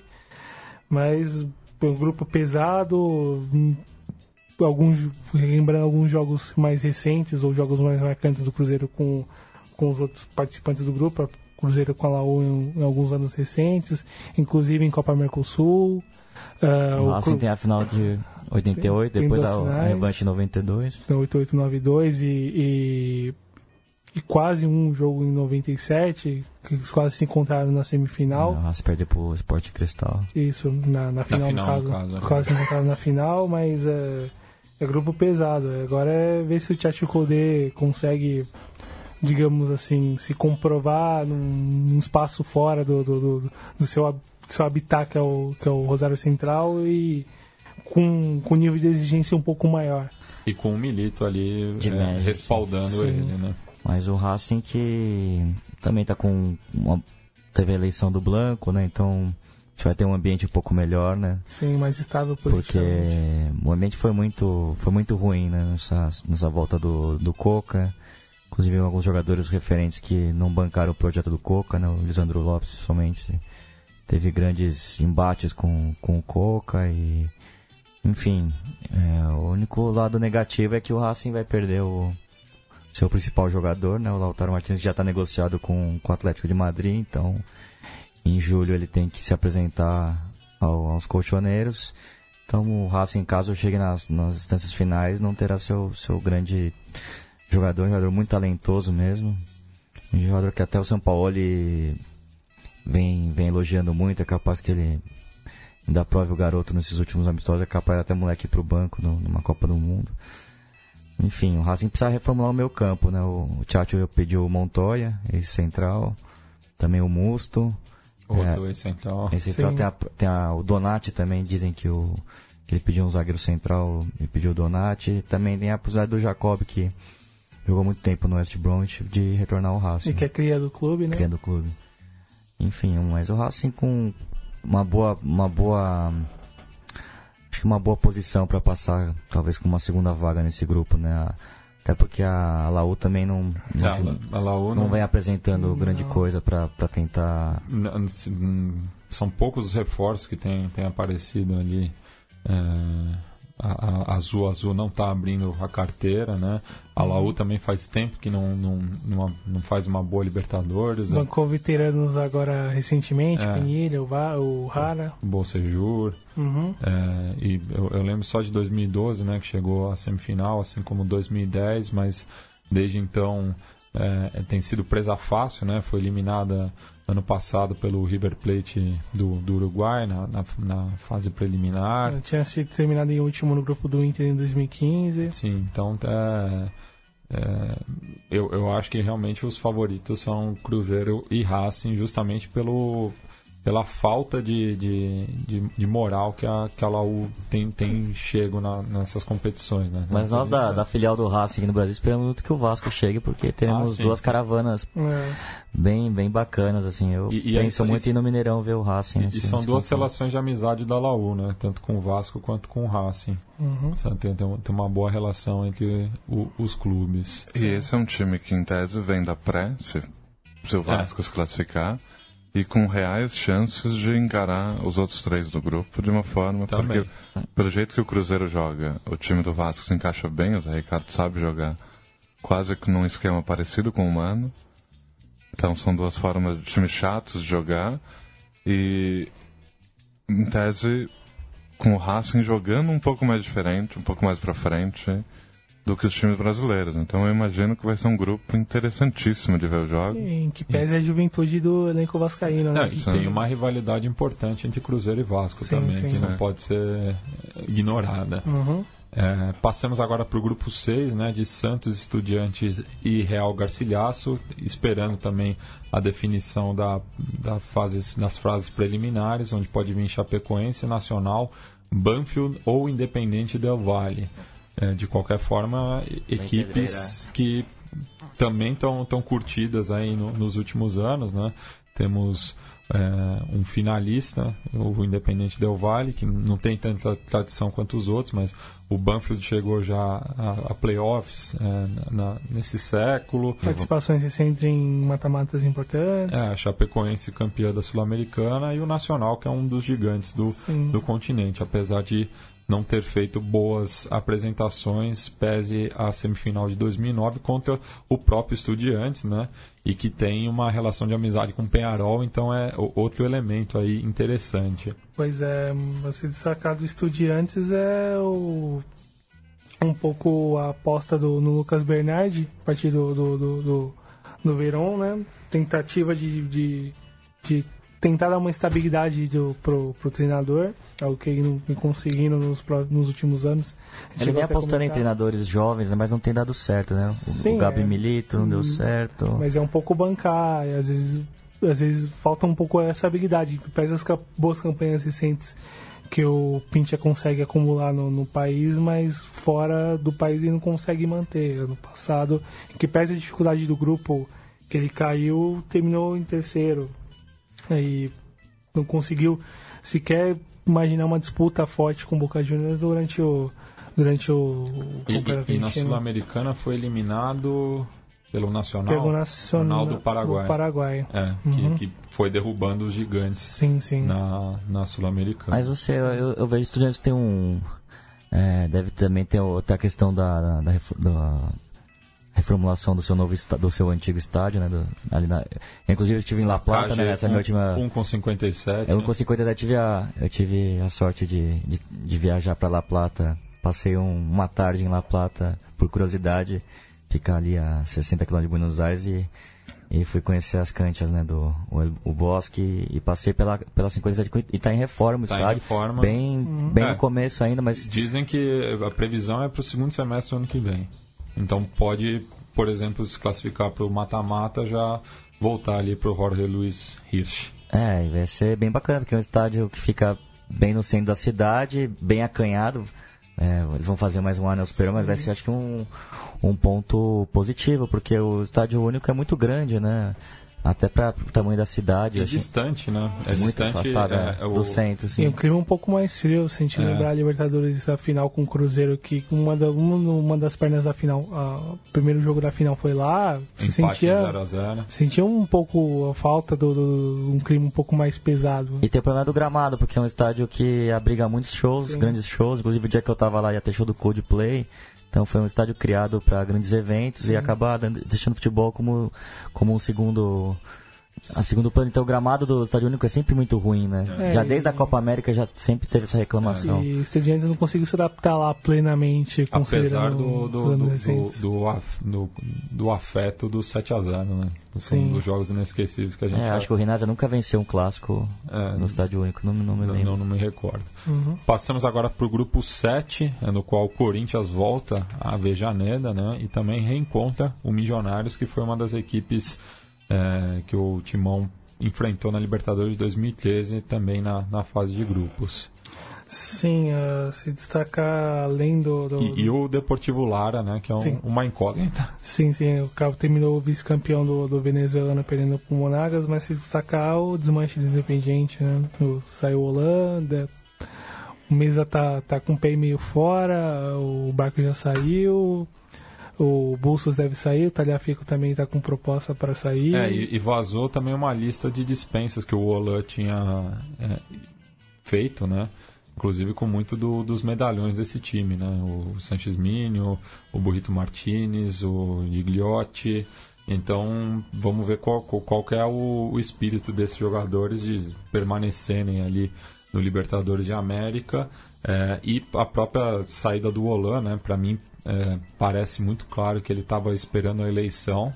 Mas foi um grupo pesado... Alguns, lembrando alguns jogos mais recentes ou jogos mais marcantes do Cruzeiro com, com os outros participantes do grupo, o Cruzeiro com a Laú em, em alguns anos recentes, inclusive em Copa Mercosul. Uh, o Racing Cru... tem a final de oitenta e oito, tem, depois tem a, a revanche em noventa e dois. Então, oitenta e oito, noventa e dois e, e, e quase um jogo em noventa e sete, que quase se encontraram na semifinal. O Racing perde pro Sport Cristal. Isso, na, na, final, na final, no caso. No caso quase se encontraram na final, mas... Uh, é grupo pesado. Agora é ver se o Tchatcho Kodê consegue, digamos assim, se comprovar num, num espaço fora do, do, do, do, seu, do seu habitat, que é, o, que é o Rosário Central, e com, com nível de exigência um pouco maior. E com o Milito ali é, respaldando sim. ele, né? Mas o Racing que também tá com uma, teve a eleição do Blanco, né? Então... a gente vai ter um ambiente um pouco melhor, né? Sim, mais estável porque o ambiente foi muito, foi muito ruim, né? Nessa, nessa volta do, do Coca. Inclusive alguns jogadores referentes que não bancaram o projeto do Coca, né? O Lisandro Lopes, somente, teve grandes embates com, com o Coca e... enfim, é, o único lado negativo é que o Racing vai perder o seu principal jogador, né? O Lautaro Martins já está negociado com, com o Atlético de Madrid, então... em julho ele tem que se apresentar ao, aos colchoneiros. Então o Racing, caso chegue nas, nas instâncias finais, não terá seu, seu grande jogador, um jogador muito talentoso mesmo. Um jogador que até o Sampaoli vem, vem elogiando muito, é capaz que ele ainda prove o garoto nesses últimos amistosos, é capaz até moleque ir pro banco no, numa Copa do Mundo. Enfim, o Racing precisa reformular o meio campo, né? O, o Tchatcho pediu o Montoya, esse central, também o Musto. Outro é, ex-central. Ex-central tem, a, tem a, o Donati também, dizem que, o, que ele pediu um zagueiro central e pediu o Donati. Também tem a possibilidade do Jacob, que jogou muito tempo no West Bromwich, de retornar ao Racing. E que é cria do clube, né? Cria do clube. Enfim, mas o Racing com uma boa... Uma boa acho que uma boa posição para passar, talvez com uma segunda vaga nesse grupo, né? Até porque a Laú também não não, a, a Laú não, não vem apresentando não. grande coisa para tentar... São poucos os reforços que têm tem aparecido ali é, a, a Azul Azul não está abrindo a carteira, né? A Laú também faz tempo que não, não, não, não faz uma boa Libertadores. Bancou veteranos agora recentemente, é. Pinilha, o, Va, o Rara. O Bolsejur. Uhum. É, e eu, eu lembro só de dois mil e doze, né? Que chegou à semifinal, assim como dois mil e dez, mas desde então é, tem sido presa fácil, né? Foi eliminada ano passado pelo River Plate do, do Uruguai na, na, na fase preliminar. Eu tinha sido terminado em último no grupo do Inter em dois mil e quinze. Sim, então é, é, eu, eu acho que realmente os favoritos são Cruzeiro e Racing, justamente pelo, pela falta de, de, de, de moral que a, que a Laú tem, tem chego na, nessas competições. Né? Mas nós da, da filial do Racing aqui no Brasil esperamos muito que o Vasco chegue, porque teremos ah, duas caravanas é. bem, bem bacanas. Assim. Eu e, e penso é, muito em ir no Mineirão ver o Racing. E, assim, e são duas confronto. relações de amizade da Laú, né? Tanto com o Vasco quanto com o Racing. Uhum. Tem, tem, tem uma boa relação entre o, os clubes. E esse é um time que, em tese, vem da pré, se, se o Vasco é. se classificar, e com reais chances de encarar os outros três do grupo de uma forma... Também. Porque, pelo jeito que o Cruzeiro joga, o time do Vasco se encaixa bem, o Zé Ricardo sabe jogar quase que num esquema parecido com o Mano. Então são duas formas de times chatos de jogar. E, em tese, com o Racing jogando um pouco mais diferente, um pouco mais pra frente do que os times brasileiros. Então eu imagino que vai ser um grupo interessantíssimo de ver o jogo. Em que pese a juventude do elenco vascaíno, né? Não, e tem uma rivalidade importante entre Cruzeiro e Vasco sim, também, sim. que não pode ser ignorada. Uhum. É, passamos agora para o grupo seis, né, de Santos, Estudiantes e Real Garcilaso, esperando também a definição da, da fase, das fases preliminares, onde pode vir Chapecoense, Nacional, Banfield ou Independente Del Valle. É, de qualquer forma, equipes que também estão tão curtidas aí no, nos últimos anos, né? Temos é, um finalista, o Independente Del Valle, que não tem tanta tradição quanto os outros, mas o Banfield chegou já a, a playoffs é, na, nesse século. Participações recentes em mata-matas importantes. É, a Chapecoense campeã da Sul-Americana e o Nacional, que é um dos gigantes do, do continente, apesar de não ter feito boas apresentações, pese a semifinal de dois mil e nove contra o próprio Estudiantes, né? E que tem uma relação de amizade com o Peñarol, então é outro elemento aí interessante. Pois é, você destacar do Estudiantes é o, um pouco a aposta do, no Lucas Bernardi, a partir do, do, do, do, do Verón, né? Tentativa de, de, de tentar dar uma estabilidade do, pro, pro treinador, algo que ele não vem conseguindo nos, nos últimos anos. Ele vem apostando em treinadores jovens, né, mas não tem dado certo, né? O, Sim, o Gabi é. Milito não deu certo. Mas é um pouco bancar, e às vezes, às vezes falta um pouco essa habilidade. Pese as boas campanhas recentes que o Pincha consegue acumular no, no país, mas fora do país ele não consegue manter. Ano passado, que pese a dificuldade do grupo que ele caiu, terminou em terceiro. E não conseguiu sequer imaginar uma disputa forte com o Boca Juniors durante o durante o e, e, e na Sul-Americana foi eliminado pelo Nacional, pelo Nacional do Paraguai, do Paraguai. É, uhum. que, que foi derrubando os gigantes sim, sim. na, na Sul-Americana. Mas você, eu, eu vejo Estudiantes tem um é, deve também ter outra questão da, da, da, da reformulação do seu novo do seu antigo estádio, né? Do, ali na, inclusive eu estive em La Plata, né? Nessa um, minha última. um com cinquenta e sete. É, um com cinquenta e sete. Tive a, eu tive a sorte de, de, de viajar para La Plata. Passei um, uma tarde em La Plata por curiosidade, ficar ali a sessenta quilômetros de Buenos Aires e, e fui conhecer as canchas, né? Do o, o Bosque e passei pela pela cinquenta e sete e está em reforma o tá estádio, em reforma. bem Uhum. bem é. no começo ainda, mas dizem que a previsão é para o segundo semestre do ano que vem. Então pode, por exemplo, se classificar para o mata-mata, já voltar ali para o Jorge Luiz Hirsch. É, vai ser bem bacana, porque é um estádio que fica bem no centro da cidade, bem acanhado. É, eles vão fazer mais um ano Super, mas vai ser, acho que, um, um ponto positivo, porque o estádio único é muito grande, né? Até para o tamanho da cidade. É eu achei distante, né? É muito distante afastada é, é, do o... centro. Sim. E um clima um pouco mais frio, se a gente É. lembrar a Libertadores da final com o Cruzeiro, que uma, da, uma, uma das pernas da final, a, o primeiro jogo da final foi lá, Empate sentia, zero a zero. sentia um pouco a falta do, do um clima um pouco mais pesado. E tem o problema do gramado, porque é um estádio que abriga muitos shows, Sim. grandes shows. Inclusive o dia que eu tava lá ia ter show do Coldplay. Então foi um estádio criado para grandes eventos. Sim. E acaba dando, deixando o futebol como, como um segundo... A segundo plano. Então o gramado do Estádio Único é sempre muito ruim, né? É, já e... desde a Copa América já sempre teve essa reclamação. E o Estudiantes não conseguiu se adaptar lá plenamente, apesar considerando do, do, os do, recentes. do, do, af, do, do afeto do sete a zero, né? São Sim. dos jogos inesquecíveis que a gente É, faz. acho que o Rinazzi nunca venceu um clássico É, no Estádio Único, não, não me Não, lembro. não, não me recordo. Uhum. Passamos agora para o grupo sete, no qual o Corinthians volta a Avejaneda, né? E também reencontra o Milionários, que foi uma das equipes é, que o Timão enfrentou na Libertadores de dois mil e treze, também na, na fase de grupos. Sim, uh, se destacar além do... do... E, e o Deportivo Lara, né? Que é um, uma incógnita. Sim, sim, o Cabo terminou vice-campeão do, do venezuelano perdendo pro Monagas, mas se destacar o desmanche do Independiente, né? O, saiu o Holanda, o Mesa tá, tá com o pé meio fora, o Barco já saiu... O Bustos deve sair, o Talhafico também está com proposta para sair. É, e, e vazou também uma lista de dispensas que o Olan tinha é, feito, né? Inclusive com muito do, dos medalhões desse time, né? O Sanches Minho, o Burrito Martinez, o Gigliotti. Então, vamos ver qual, qual que é o, o espírito desses jogadores de permanecerem ali no Libertadores de América. É, e a própria saída do Olan, né, para mim é, parece muito claro que ele estava esperando a eleição,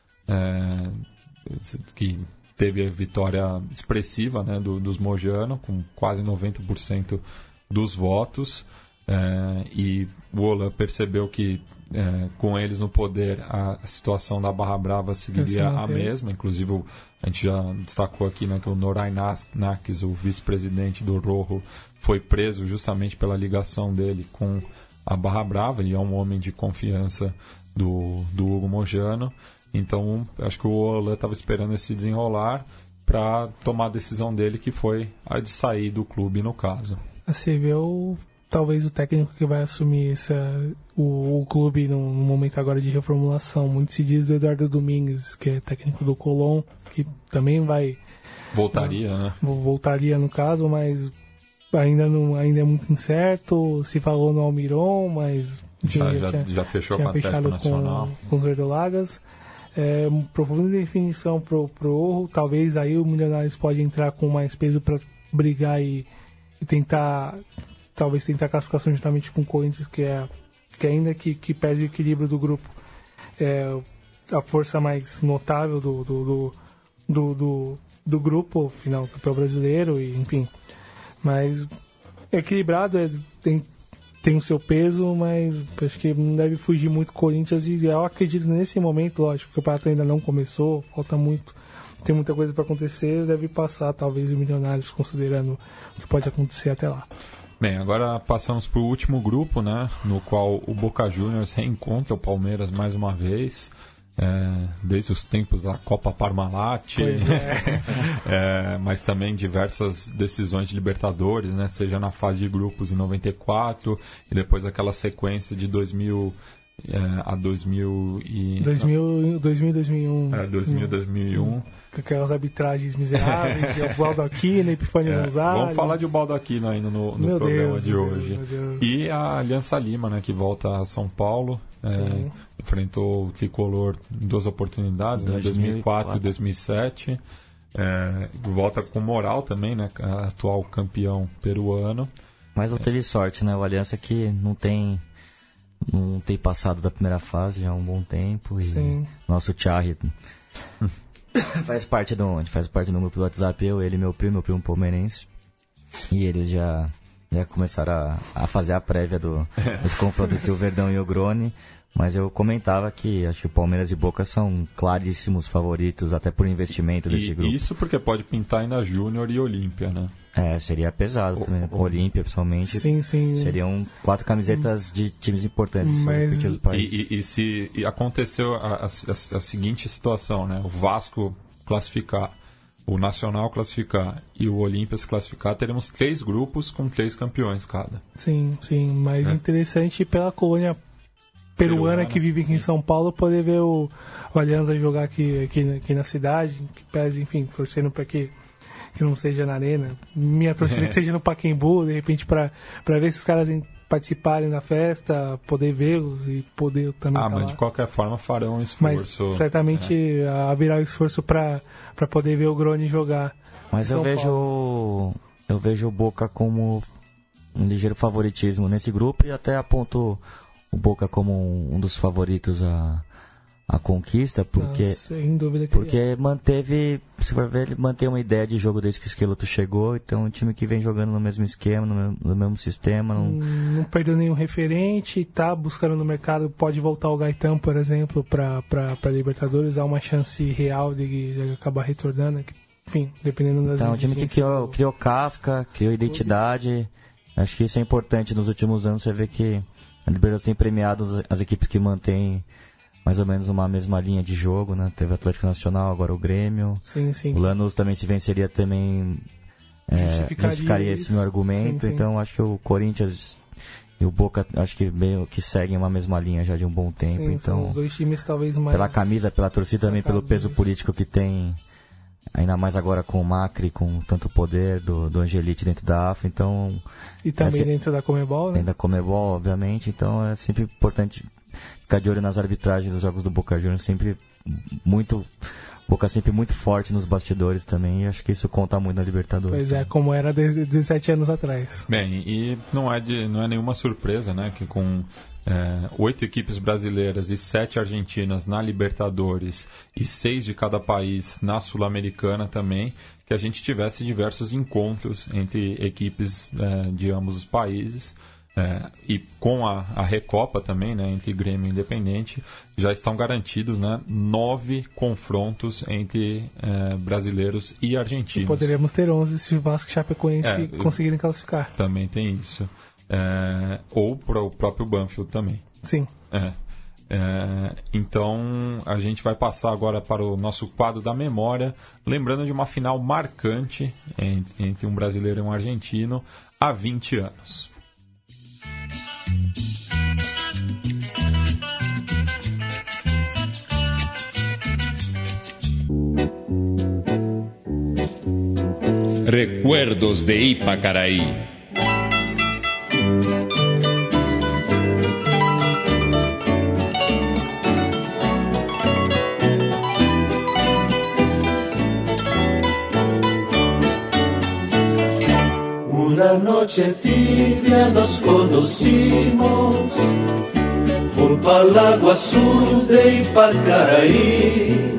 é, que teve a vitória expressiva, né, do, dos Mogiano, com quase noventa por cento dos votos, é, e o Olan percebeu que é, com eles no poder a, a situação da Barra Brava seguiria a mesma. Inclusive a gente já destacou aqui, né, que o Noray Nakis, o vice-presidente do Rojo, foi preso justamente pela ligação dele com a Barra Brava. Ele é um homem de confiança do, do Hugo Mogiano. Então, acho que o Olan estava esperando esse desenrolar para tomar a decisão dele, que foi a de sair do clube, no caso. Você vê o, talvez o técnico que vai assumir essa, o, o clube no, no momento agora de reformulação. Muito se diz do Eduardo Domingues, que é técnico do Colón, que também vai... Voltaria, uh, né? Voltaria, no caso, mas... Ainda, não, ainda é muito incerto. Se falou no Almiron, mas já, já, já, tinha, já fechou tinha com o Atlético Nacional. Com, com os verdolagas. É, profunda definição pro, pro Orro. Talvez aí o Milionários pode entrar com mais peso para brigar e, e tentar, talvez tentar a classificação juntamente com o Corinthians, que é que ainda que, que pese o equilíbrio do grupo, é a força mais notável do do, do, do, do, do grupo, final campeão brasileiro, e enfim. Mas é equilibrado, é, tem, tem o seu peso, mas acho que não deve fugir muito do Corinthians. E eu acredito nesse momento, lógico, o campeonato ainda não começou, falta muito, tem muita coisa para acontecer, deve passar talvez o Milionários, considerando o que pode acontecer até lá. Bem, agora passamos para o último grupo, né, no qual o Boca Juniors reencontra o Palmeiras mais uma vez. É, desde os tempos da Copa Parmalat, é. é, mas também diversas decisões de Libertadores, né, seja na fase de grupos em noventa e quatro e depois aquela sequência de dois mil é, a dois mil e... dois mil, dois mil, dois mil e um. É, dois mil, dois mil e um. Com aquelas arbitragens miseráveis, o Baldaquino, Epifânio é, Gonzalez. Vamos falar de Baldaquino ainda no, no programa Deus, de meu hoje. Deus, meu Deus. E a Aliança Lima, né, que volta a São Paulo. É, enfrentou o Tricolor em duas oportunidades, né, dois mil e quatro e dois mil e sete. É, volta com moral também, né, atual campeão peruano. Mas não teve sorte, né? O Aliança que não tem, não tem passado da primeira fase já há um bom tempo. E Sim. Nosso Thierry faz parte do faz parte do grupo do WhatsApp, eu, ele e meu primo, meu primo palmeirense. E eles já, já começaram a, a fazer a prévia do, desse confronto entre o Verdão e o Grone. Mas eu comentava que acho que o Palmeiras e Boca são claríssimos favoritos, até por investimento desse e, grupo. Isso porque pode pintar ainda Júnior e Olímpia, né? É, seria pesado o, também. O Olímpia, principalmente. Sim, sim. Seriam quatro camisetas de times importantes Mas... do país. E, e, e se e aconteceu a, a, a, a seguinte situação, né? O Vasco classificar, o Nacional classificar e o Olímpia se classificar, teremos três grupos com três campeões cada. Sim, sim. Mais É. interessante pela colônia peruana, Peruana, que vive aqui sim. em São Paulo, poder ver o, o Alianza jogar aqui, aqui, aqui na cidade, que pese, enfim, torcendo para que, que não seja na arena. Minha torcida É. que seja no Pacaembu, de repente, para ver esses caras em- participarem da festa, poder vê-los e poder também Ah, tá mas lá. de qualquer forma farão um Mas esforço. certamente haverá o esforço para poder ver o Grone jogar. Mas em eu São vejo, Paulo. eu vejo o Boca como um ligeiro favoritismo nesse grupo e até aponto o Boca como um, um dos favoritos à, à conquista, porque, Ah, sem dúvida que é. porque manteve, se for ver, ele mantém uma ideia de jogo desde que o Esqueloto chegou, então é um time que vem jogando no mesmo esquema, no mesmo, no mesmo sistema. Não... Hum, não perdeu nenhum referente, tá buscando no mercado, pode voltar o Gaetan, por exemplo, para Libertadores, há uma chance real de, de acabar retornando, que, enfim, dependendo das Então, é um time que exigências criou, do- criou casca, criou identidade. Acho que isso é importante. Nos últimos anos você vê que a Libertadores tem premiado as- as equipes que mantêm mais ou menos uma mesma linha de jogo, né? Teve o Atlético Nacional, agora o Grêmio. Sim, sim. O Lanús também se venceria também é, Justificaria justificaria esse isso. meu argumento. Sim, sim. Então acho que o Corinthians e o Boca acho que meio que seguem uma mesma linha já de um bom tempo. Sim, são Então os dois times talvez mais... pela camisa, pela torcida, também pelo peso isso. político que tem, ainda mais agora com o Macri, com tanto poder do, do Angelite dentro da A F A, então E também essa- dentro da Comebol, né? ainda Comebol, obviamente, então é sempre importante ficar de olho nas arbitragens dos jogos do Boca Juniors, sempre muito, Boca sempre muito forte nos bastidores também, e acho que isso conta muito na Libertadores. Pois é, como era desde dezessete anos atrás. Bem, e não é, de, não é nenhuma surpresa, né, que com é, oito equipes brasileiras e sete argentinas na Libertadores e seis de cada país na Sul-Americana também, que a gente tivesse diversos encontros entre equipes é, de ambos os países. É, e com a, a Recopa também, né, entre Grêmio e Independente, já estão garantidos, né, nove confrontos entre é, brasileiros e argentinos. Poderíamos ter onze se o Vasco e Chapecoense É, conseguirem classificar. Também tem isso. É, ou para o próprio Banfield também. Sim. É. É, então a gente vai passar agora para o nosso quadro da memória, lembrando de uma final marcante en- entre um brasileiro e um argentino há vinte anos. Recuerdos de Ipacaraí. Una noche tibia nos conocimos junto al lago azul de Ipacaraí.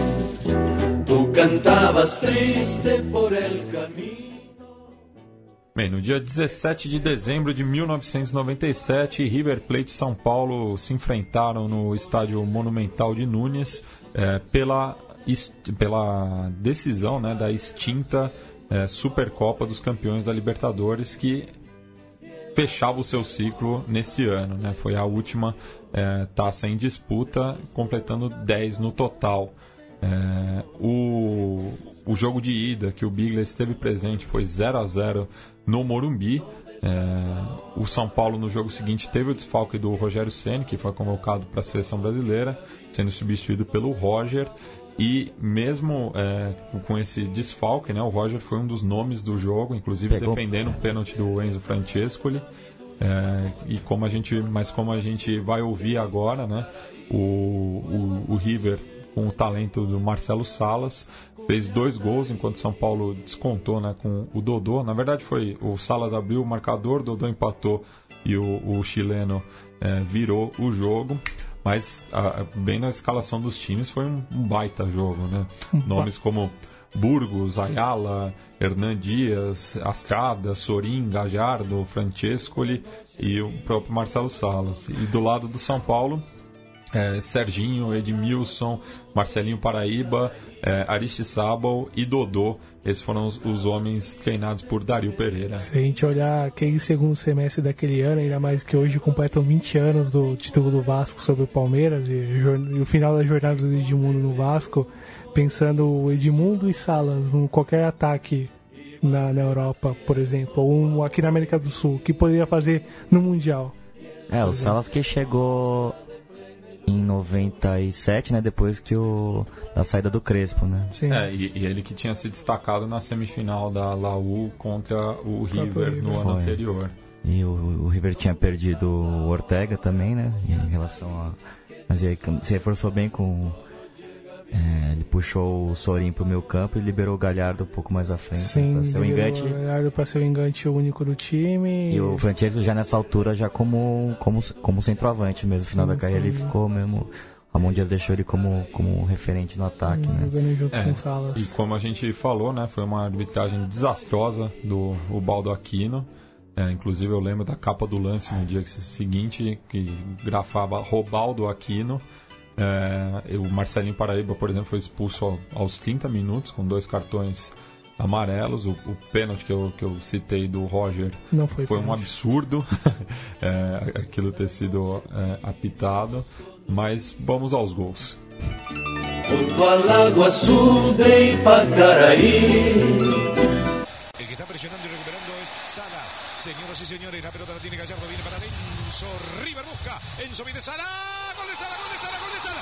Tú cantabas triste por el camino. Bem, no dia dezessete de dezembro de mil novecentos e noventa e sete, River Plate e São Paulo se enfrentaram no estádio Monumental de Nunes eh, pela, est- pela decisão, né, da extinta eh, Supercopa dos Campeões da Libertadores, que fechava o seu ciclo nesse ano, né? Foi a última eh, taça em disputa, completando dez no total. É, o, o jogo de ida que o Biglia esteve presente foi zero a zero no Morumbi. É, o São Paulo no jogo seguinte teve o desfalque do Rogério Ceni, que foi convocado para a seleção brasileira, sendo substituído pelo Roger. E mesmo é, com esse desfalque, né, o Roger foi um dos nomes do jogo, inclusive Pegou. defendendo o pênalti do Enzo Francescoli. É, e como a gente, mas como a gente vai ouvir agora, né, o, o, o River, com o talento do Marcelo Salas, fez dois gols enquanto São Paulo descontou, né, com o Dodô. Na verdade foi o Salas abriu o marcador, o Dodô empatou e o, o chileno é, virou o jogo. Mas a, bem na escalação dos times foi um, um baita jogo, né? Nomes como Burgos, Ayala, Hernan Dias, Astrada, Sorin, Gajardo, Francescoli e o próprio Marcelo Salas. E do lado do São Paulo, É, Serginho, Edmilson, Marcelinho Paraíba, é, Aristizábal e Dodô. Esses foram os, os homens treinados por Dario Pereira. Se a gente olhar aquele segundo semestre daquele ano, ainda mais que hoje completam vinte anos do título do Vasco sobre o Palmeiras e, e o final da jornada do Edmundo no Vasco, pensando o Edmundo e Salas, em qualquer ataque na, na Europa, por exemplo, ou um aqui na América do Sul, que poderia fazer no Mundial? É, o Salas que chegou em noventa e sete, né, depois que o, da saída do Crespo, né? Sim. É, e, e ele que tinha se destacado na semifinal da Laú contra o River, River no ano Foi. anterior. E o, o River tinha perdido o Ortega também, né, em relação a... Mas aí se reforçou bem com... É, ele puxou o Sorin pro meio campo e liberou o Galhardo um pouco mais à frente. Sim, né, pra ser o engante. O Galhardo para ser o engante único do time. E o Francesco já nessa altura, já como, como, como centroavante mesmo. No final sim, da carreira sim. ele ficou mesmo... Ramon Dias deixou ele como, como referente no ataque, né? Jogando junto é, com o Salas. E como a gente falou, né, foi uma arbitragem desastrosa do Ubaldo Aquino. É, inclusive eu lembro da capa do lance no dia seguinte, que grafava Robaldo Aquino. É, o Marcelinho Paraíba, por exemplo, foi expulso ao, aos trinta minutos com dois cartões amarelos. O, o pênalti que eu, que eu citei do Roger Não foi, foi pênalti. um absurdo é, aquilo ter sido é, apitado. Mas vamos aos gols. Junto al lago azul de Ipacaraí. El que está presionando y recuperando es Salas. Señoras y señores, la pelota la tiene Gallardo, viene para Enzo. River busca. Enzo viene Sala. Gol de Sala, gol de Sala, gol de Sala.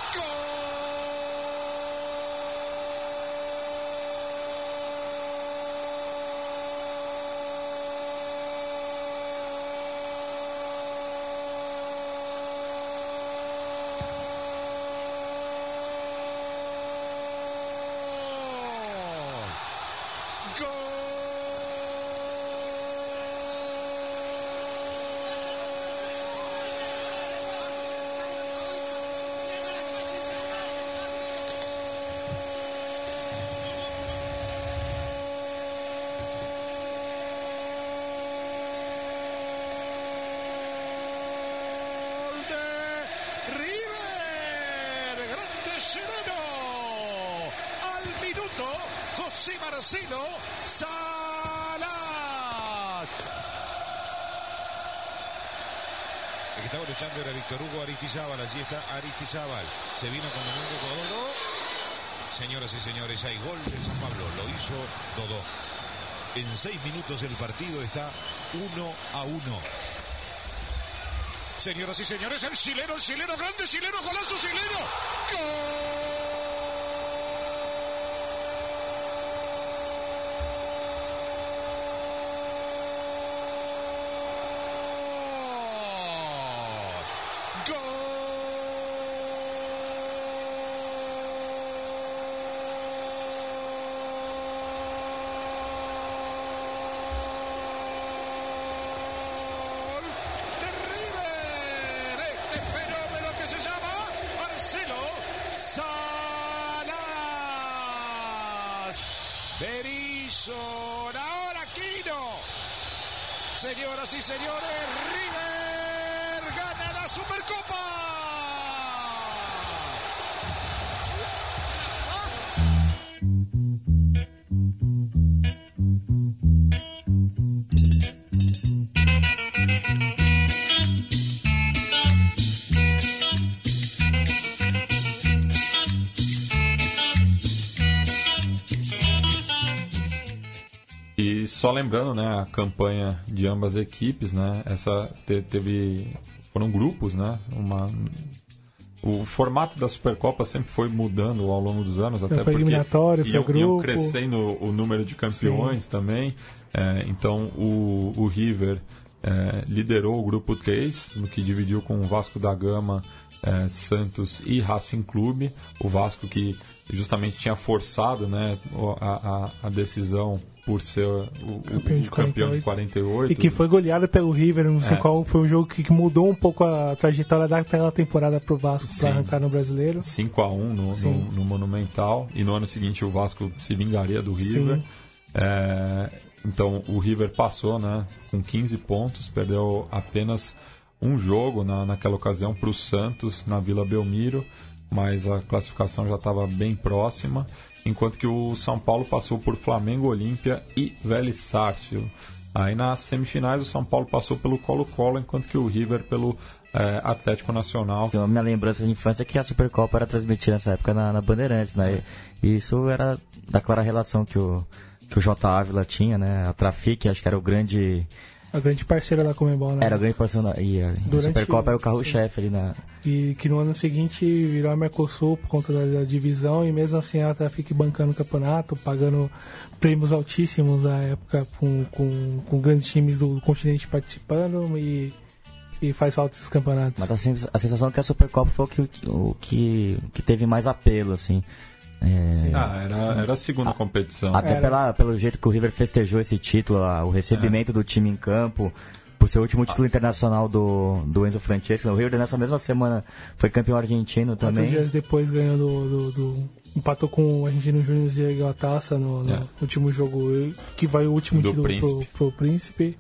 Marcelo Salas. El que estaba luchando era Víctor Hugo Aristizábal. Allí está Aristizábal. Se vino con Domingo Codoro. Señoras y señores, hay gol del San Pablo. Lo hizo Dodó. En seis minutos el partido está uno a uno. Señoras y señores, el chileno, el chileno, grande chileno, golazo chileno. ¡Gol! Berizzo, ahora Aquino. Señoras y señores, River gana la Supercopa. E só lembrando, né, a campanha de ambas as equipes, né, essa te, teve foram grupos, né, uma o formato da Supercopa sempre foi mudando ao longo dos anos, até foi porque eliminatório, foi iam, grupo. iam crescendo o número de campeões. Sim. Também. É, então o, o River é, liderou o grupo três, no que dividiu com o Vasco da Gama, é, Santos e Racing Clube. O Vasco que justamente tinha forçado, né, a, a, a decisão por ser o, campeão, o, de o campeão de quarenta e oito. E que foi goleado pelo River, não sei é. qual, foi um jogo que mudou um pouco a trajetória daquela temporada pro Vasco para arrancar no Brasileiro. cinco a um no, no, no Monumental, e no ano seguinte o Vasco se vingaria do River. É, então o River passou, né, com quinze pontos, perdeu apenas um jogo na, naquela ocasião para o Santos na Vila Belmiro, mas a classificação já estava bem próxima, enquanto que o São Paulo passou por Flamengo, Olímpia e Vélez Sarsfield. Aí nas semifinais o São Paulo passou pelo Colo-Colo, enquanto que o River pelo é, Atlético Nacional. A minha lembrança de infância é que a Supercopa era transmitida nessa época na, na Bandeirantes, né? E isso era da clara relação que o, que o J. Ávila tinha, né? A Trafic, acho que era o grande... A grande parceira da Conmebol, né? Era a grande parceira. E a, a Supercopa era o carro-chefe ali na... E que no ano seguinte virou a Mercosul por conta da, da divisão, e mesmo assim a Trafic bancando o campeonato, pagando prêmios altíssimos na época, com, com, com grandes times do continente participando, e, e faz falta esses campeonatos. Mas a, a sensação é que a Supercopa foi o que, o que, que teve mais apelo, assim. É... Ah, era, era a segunda a, competição. Até pela, pelo jeito que o River festejou esse título, a, o recebimento é. do time em campo, por ser o último título internacional do, do Enzo Francesco. O River nessa mesma semana foi campeão argentino também. Quatro dias depois ganhou do, do, do... empatou com o Argentino Júnior e ganhou a taça no, no é. último jogo, que vai o último do título Príncipe. Pro, pro Príncipe.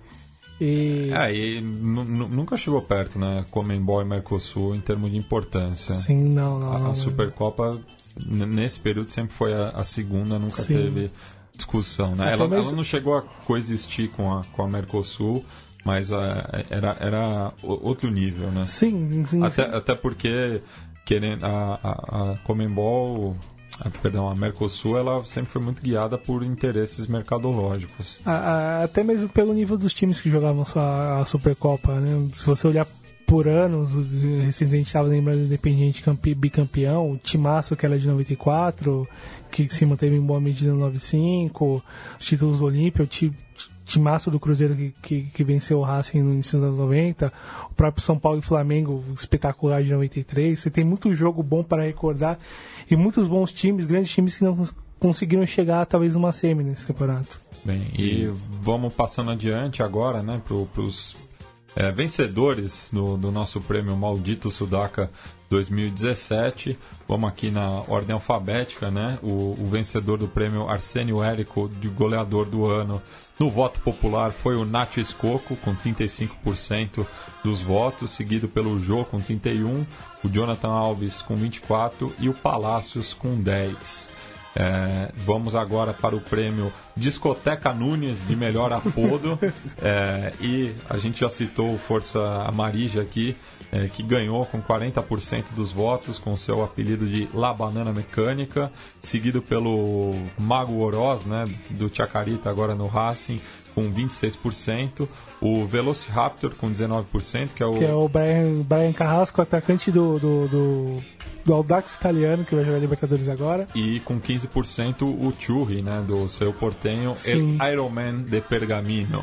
E... É, e nunca chegou perto, né? Conmebol e Mercosul em termos de importância. Sim, não, não. A, não, a Supercopa, nesse período, sempre foi a, a segunda, nunca Sim. teve discussão, né? Ela, mesmo... ela não chegou a coexistir com a, com a Mercosul, mas a, era, era outro nível, né? Sim, sim. Até, sim. até porque querendo, a, a, a Conmebol... A, perdão, a Mercosul, ela sempre foi muito guiada por interesses mercadológicos. A, a, até mesmo pelo nível dos times que jogavam a, a Supercopa, né? Se você olhar por anos, recentemente estava lembrando do Independiente campe, bicampeão, o Timaço, que era de noventa e quatro, que se manteve em boa medida no noventa e cinco, os títulos do Olímpia, o time timaço do Cruzeiro que, que, que venceu o Racing no início dos anos noventa, o próprio São Paulo e Flamengo espetacular de noventa e três. Você tem muito jogo bom para recordar e muitos bons times, grandes times que não conseguiram chegar talvez numa semi nesse campeonato. Bem, e vamos passando adiante agora, né, para os é, vencedores do, do nosso prêmio Maldito Sudaca dois mil e dezessete. Vamos aqui na ordem alfabética, né? O, o vencedor do prêmio Arsênio Érico de goleador do ano no voto popular foi o Nacho Escoco, com trinta e cinco por cento dos votos, seguido pelo Jô com trinta e um por cento, o Jonathan Alves com vinte e quatro por cento e o Palácios com dez por cento. É, vamos agora para o prêmio Discoteca Nunes de melhor apodo. É, e a gente já citou o Força Amarija aqui, é, que ganhou com quarenta por cento dos votos, com seu apelido de La Banana Mecânica, seguido pelo Mago Oroz, né, do Chacarita, agora no Racing, com vinte e seis por cento, o Velociraptor com dezenove por cento, que é o, que é o Brian, Brian Carrasco, atacante do, do, do, do Audax italiano, que vai jogar Libertadores agora. E com quinze por cento o Churri, né, do seu portenho, Sim. El Ironman de Pergamino.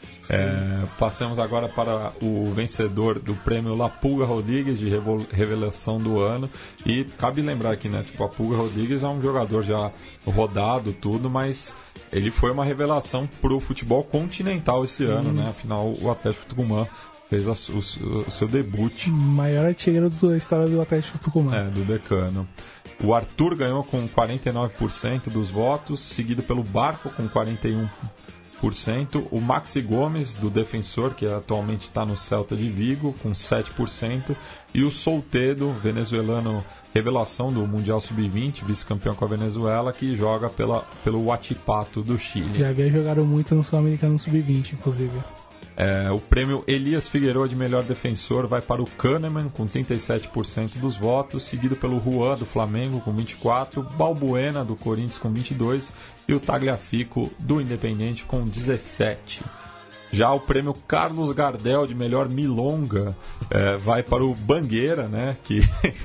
É, passamos agora para o vencedor do prêmio La Pulga Rodrigues de revelação do ano. E cabe lembrar aqui, né, tipo, a Pulga Rodrigues é um jogador já rodado, tudo, mas ele foi uma revelação pro futebol continental esse ano, hum. né? Afinal, o Atlético Tucumã fez a, o, o seu debut. Maior artilheiro da história do Atlético Tucumã. É, do Decano. O Arthur ganhou com quarenta e nove por cento dos votos, seguido pelo Barco com quarenta e um por cento. O Maxi Gomes, do Defensor, que atualmente está no Celta de Vigo, com sete por cento. E o Soltedo, venezuelano, revelação do Mundial sub vinte, vice-campeão com a Venezuela, que joga pela, pelo Huachipato do Chile. Já havia jogado muito no Sul-Americano sub vinte, inclusive. É, o prêmio Elias Figueiredo de melhor defensor vai para o Kahneman, com trinta e sete por cento dos votos, seguido pelo Juan, do Flamengo, com vinte e quatro por cento, Balbuena, do Corinthians, com vinte e dois por cento, e o Tagliafico, do Independente, com dezessete por cento. Já o prêmio Carlos Gardel de melhor milonga é, vai para o Bangueira, né, que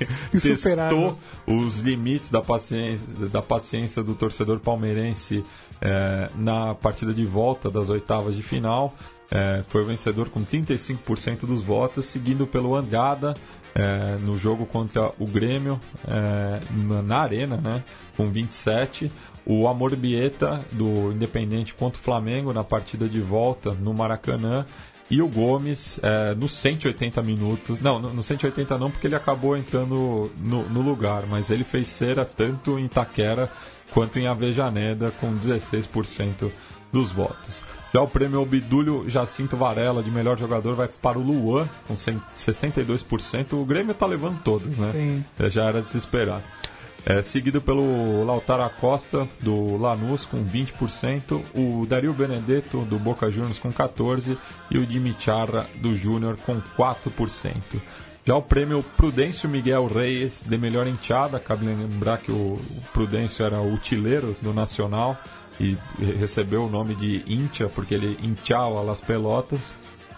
testou os limites da paciência, da paciência do torcedor palmeirense é, na partida de volta das oitavas de final. É, foi o vencedor com trinta e cinco por cento dos votos, seguindo pelo Andrada é, no jogo contra o Grêmio é, na, na Arena, né, com vinte e sete por cento. O Amor Bieta, do Independente, contra o Flamengo na partida de volta no Maracanã. E o Gomes é, nos cento e oitenta minutos. Não, no cento e oitenta não, porque ele acabou entrando no, no lugar, mas ele fez cera tanto em Itaquera quanto em Avejaneda, com dezesseis por cento dos votos. Já o prêmio Obdúlio Jacinto Varela de melhor jogador vai para o Luan, com sessenta e dois por cento. O Grêmio está levando todos, né? Sim. Já era de se esperar. É, seguido pelo Lautaro Acosta, do Lanús, com vinte por cento, o Dario Benedetto, do Boca Juniors, com quatorze por cento, e o Dimitarra, do Júnior, com quatro por cento. Já o prêmio Prudêncio Miguel Reyes, de melhor enteada, cabe lembrar que o Prudêncio era o utileiro do Nacional e recebeu o nome de Incha, porque ele enteava Las Pelotas.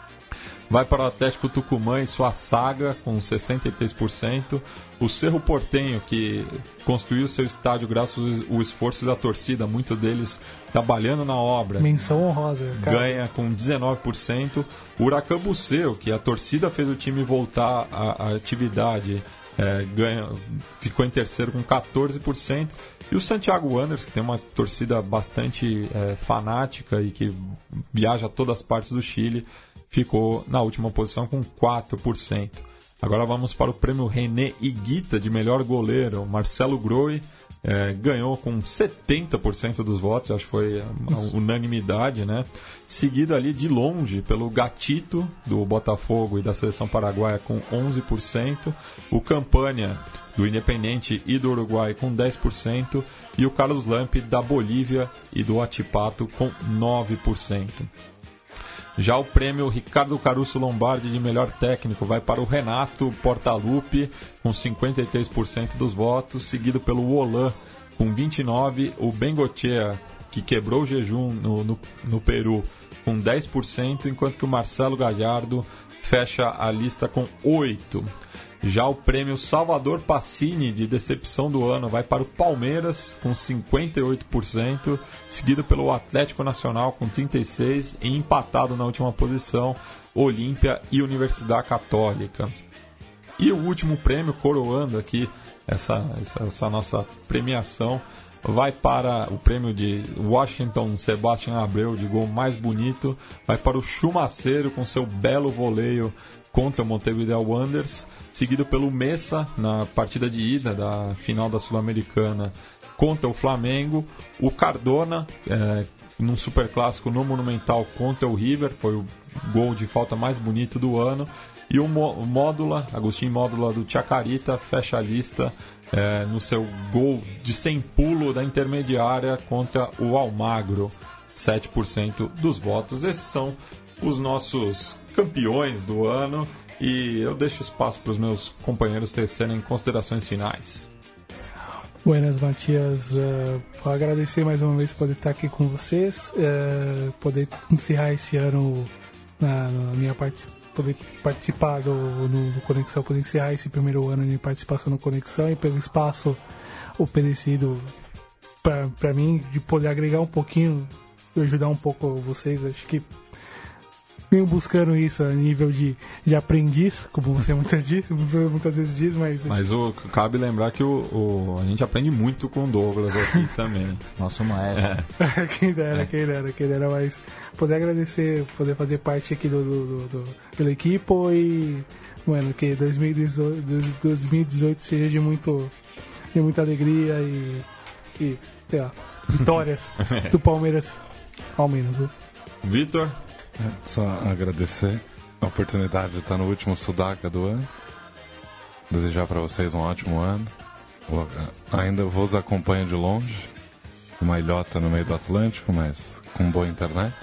Vai para o Atlético Tucumã e sua saga, com sessenta e três por cento. O Cerro Porteño, que construiu seu estádio graças ao esforço da torcida, muito deles trabalhando na obra. Menção honrosa, cara. Ganha com dezenove por cento. O Huracan Buceo, que a torcida fez o time voltar à, à atividade, é, ganha, ficou em terceiro com quatorze por cento. E o Santiago Wanderers, que tem uma torcida bastante é, fanática e que viaja a todas as partes do Chile, ficou na última posição com quatro por cento. Agora vamos para o prêmio René Higuita de melhor goleiro. Marcelo Groi é, ganhou com setenta por cento dos votos, acho que foi uma unanimidade, né? Seguido ali de longe pelo Gatito, do Botafogo e da seleção paraguaia, com onze por cento. O Campania, do Independente e do Uruguai, com dez por cento. E o Carlos Lampe, da Bolívia e do Atipato, com nove por cento. Já o prêmio Ricardo Caruso Lombardi de melhor técnico vai para o Renato Portaluppi, com cinquenta e três por cento dos votos, seguido pelo Olan, com vinte e nove por cento, o Bengochea, que quebrou o jejum no, no, no Peru, com dez por cento, enquanto que o Marcelo Gallardo fecha a lista com oito por cento. Já o prêmio Salvador Pacini de decepção do ano vai para o Palmeiras, com cinquenta e oito por cento, seguido pelo Atlético Nacional, com trinta e seis por cento, e empatado na última posição, Olímpia e Universidade Católica. E o último prêmio, coroando aqui essa, essa, essa nossa premiação, vai para o prêmio de Washington Sebastián Abreu, de gol mais bonito, vai para o Chumaceiro, com seu belo voleio contra o Montevideo Wanderers, seguido pelo Messa na partida de ida da final da Sul-Americana contra o Flamengo, o Cardona é, num superclássico no Monumental contra o River, foi o gol de falta mais bonito do ano, e o Módula, Agustín Módula do Chacarita, fecha a lista é, no seu gol de sem pulo da intermediária contra o Almagro, sete por cento dos votos. Esses são os nossos campeões do ano, e eu deixo espaço para os meus companheiros tecerem considerações finais. Buenas, Matias. Uh, vou agradecer mais uma vez por poder estar aqui com vocês, uh, poder encerrar esse ano na, na minha parte, poder participar do no, do Conexão, poder encerrar esse primeiro ano de participação no Conexão, e pelo espaço oferecido para mim, de poder agregar um pouquinho, ajudar um pouco vocês. Acho que venho buscando isso a nível de, de aprendiz, como você muitas, diz, muitas vezes diz, mas... Mas o, cabe lembrar que o, o, a gente aprende muito com o Douglas aqui também. Nosso maestro. É. quem dera, é. quem dera, quem dera, mas poder agradecer, poder fazer parte aqui do, do, do, do, pela equipe, e, mano, que dois mil e dezoito seja de, muito, de muita alegria e, e sei lá, vitórias do Palmeiras, ao menos, né? Vitor? É, só agradecer a oportunidade de estar no último Sudaca do ano. Desejar para vocês um ótimo ano. Vou, ainda vos acompanho de longe, uma ilhota no meio do Atlântico, mas com boa internet.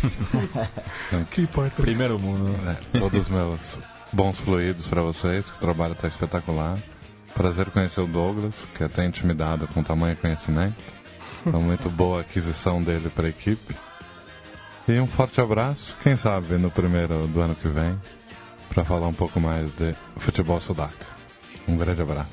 Então, que importa. Primeiro mundo. É, todos os meus bons fluidos para vocês, que o trabalho está espetacular. Prazer conhecer o Douglas, que é até intimidado com tamanho conhecimento. Então, muito boa aquisição dele para a equipe. E um forte abraço, quem sabe no primeiro do ano que vem, para falar um pouco mais de futebol sudaca. Um grande abraço.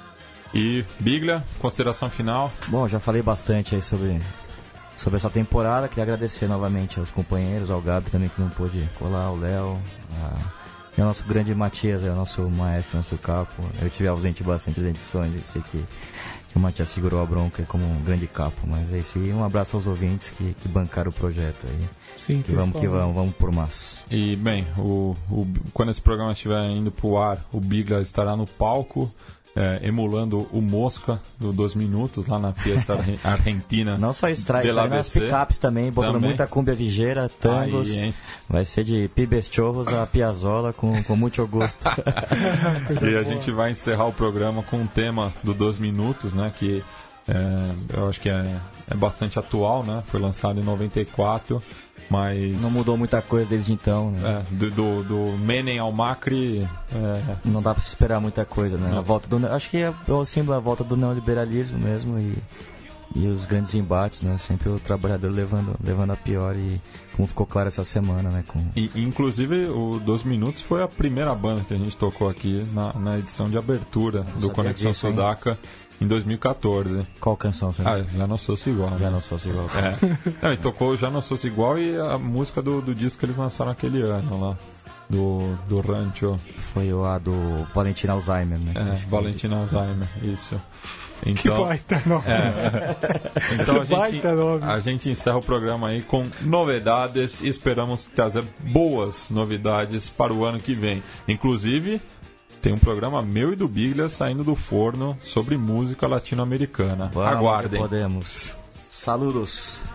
E Biglia, consideração final? Bom, já falei bastante aí sobre, sobre essa temporada. Queria agradecer novamente aos companheiros, ao Gabi também, que não pôde colar, ao Léo, a... e ao nosso grande Matias, é o nosso maestro, nosso capo. Eu tive ausente bastante das edições, eu sei que que o Matias segurou a bronca como um grande capo, mas é isso aí. Um abraço aos ouvintes que, que bancaram o projeto aí. Sim, e vamos que vamos, vamos por mais. E bem, o, o, quando esse programa estiver indo pro ar, o Biglia estará no palco é, emulando o Mosca do Dois Minutos lá na Fiesta Argentina. Não só strike, mas nas picapes também, botando também. Muita cumbia vigeira, tangos. Aí, vai ser de Pibes Chorros a Piazzolla com, com muito gosto. E a gente vai encerrar o programa com um tema do Dois Minutos, né? Que é, eu acho que é, é bastante atual, né? Foi lançado em noventa e quatro, mas... Não mudou muita coisa desde então, né? É, do, do, do Menem ao Macri... É... Não dá pra se esperar muita coisa, né? A volta do, acho que é o símbolo da volta do neoliberalismo mesmo e, e os grandes embates, né? Sempre o trabalhador levando, levando a pior e como ficou claro essa semana, né? Com... E, inclusive, o Dois Minutos foi a primeira banda que a gente tocou aqui na, na edição de abertura do Conexão disso, Sudaca. Hein? Em dois mil e catorze. Qual canção você Ah, Já Não Sou-se Igual. Já Não Sou-se Igual. É. Não, e tocou Já Não Sou-se Igual e a música do, do disco que eles lançaram aquele ano lá. Do, do Rancho. Foi o a do Valentim Alzheimer, né? É, Valentim Alzheimer, isso. Então, que baita nome. É. Então a gente, a gente encerra o programa aí com novidades e esperamos trazer boas novidades para o ano que vem. Inclusive... Tem um programa meu e do Biglia saindo do forno sobre música latino-americana. Aguardem. Podemos. Saludos.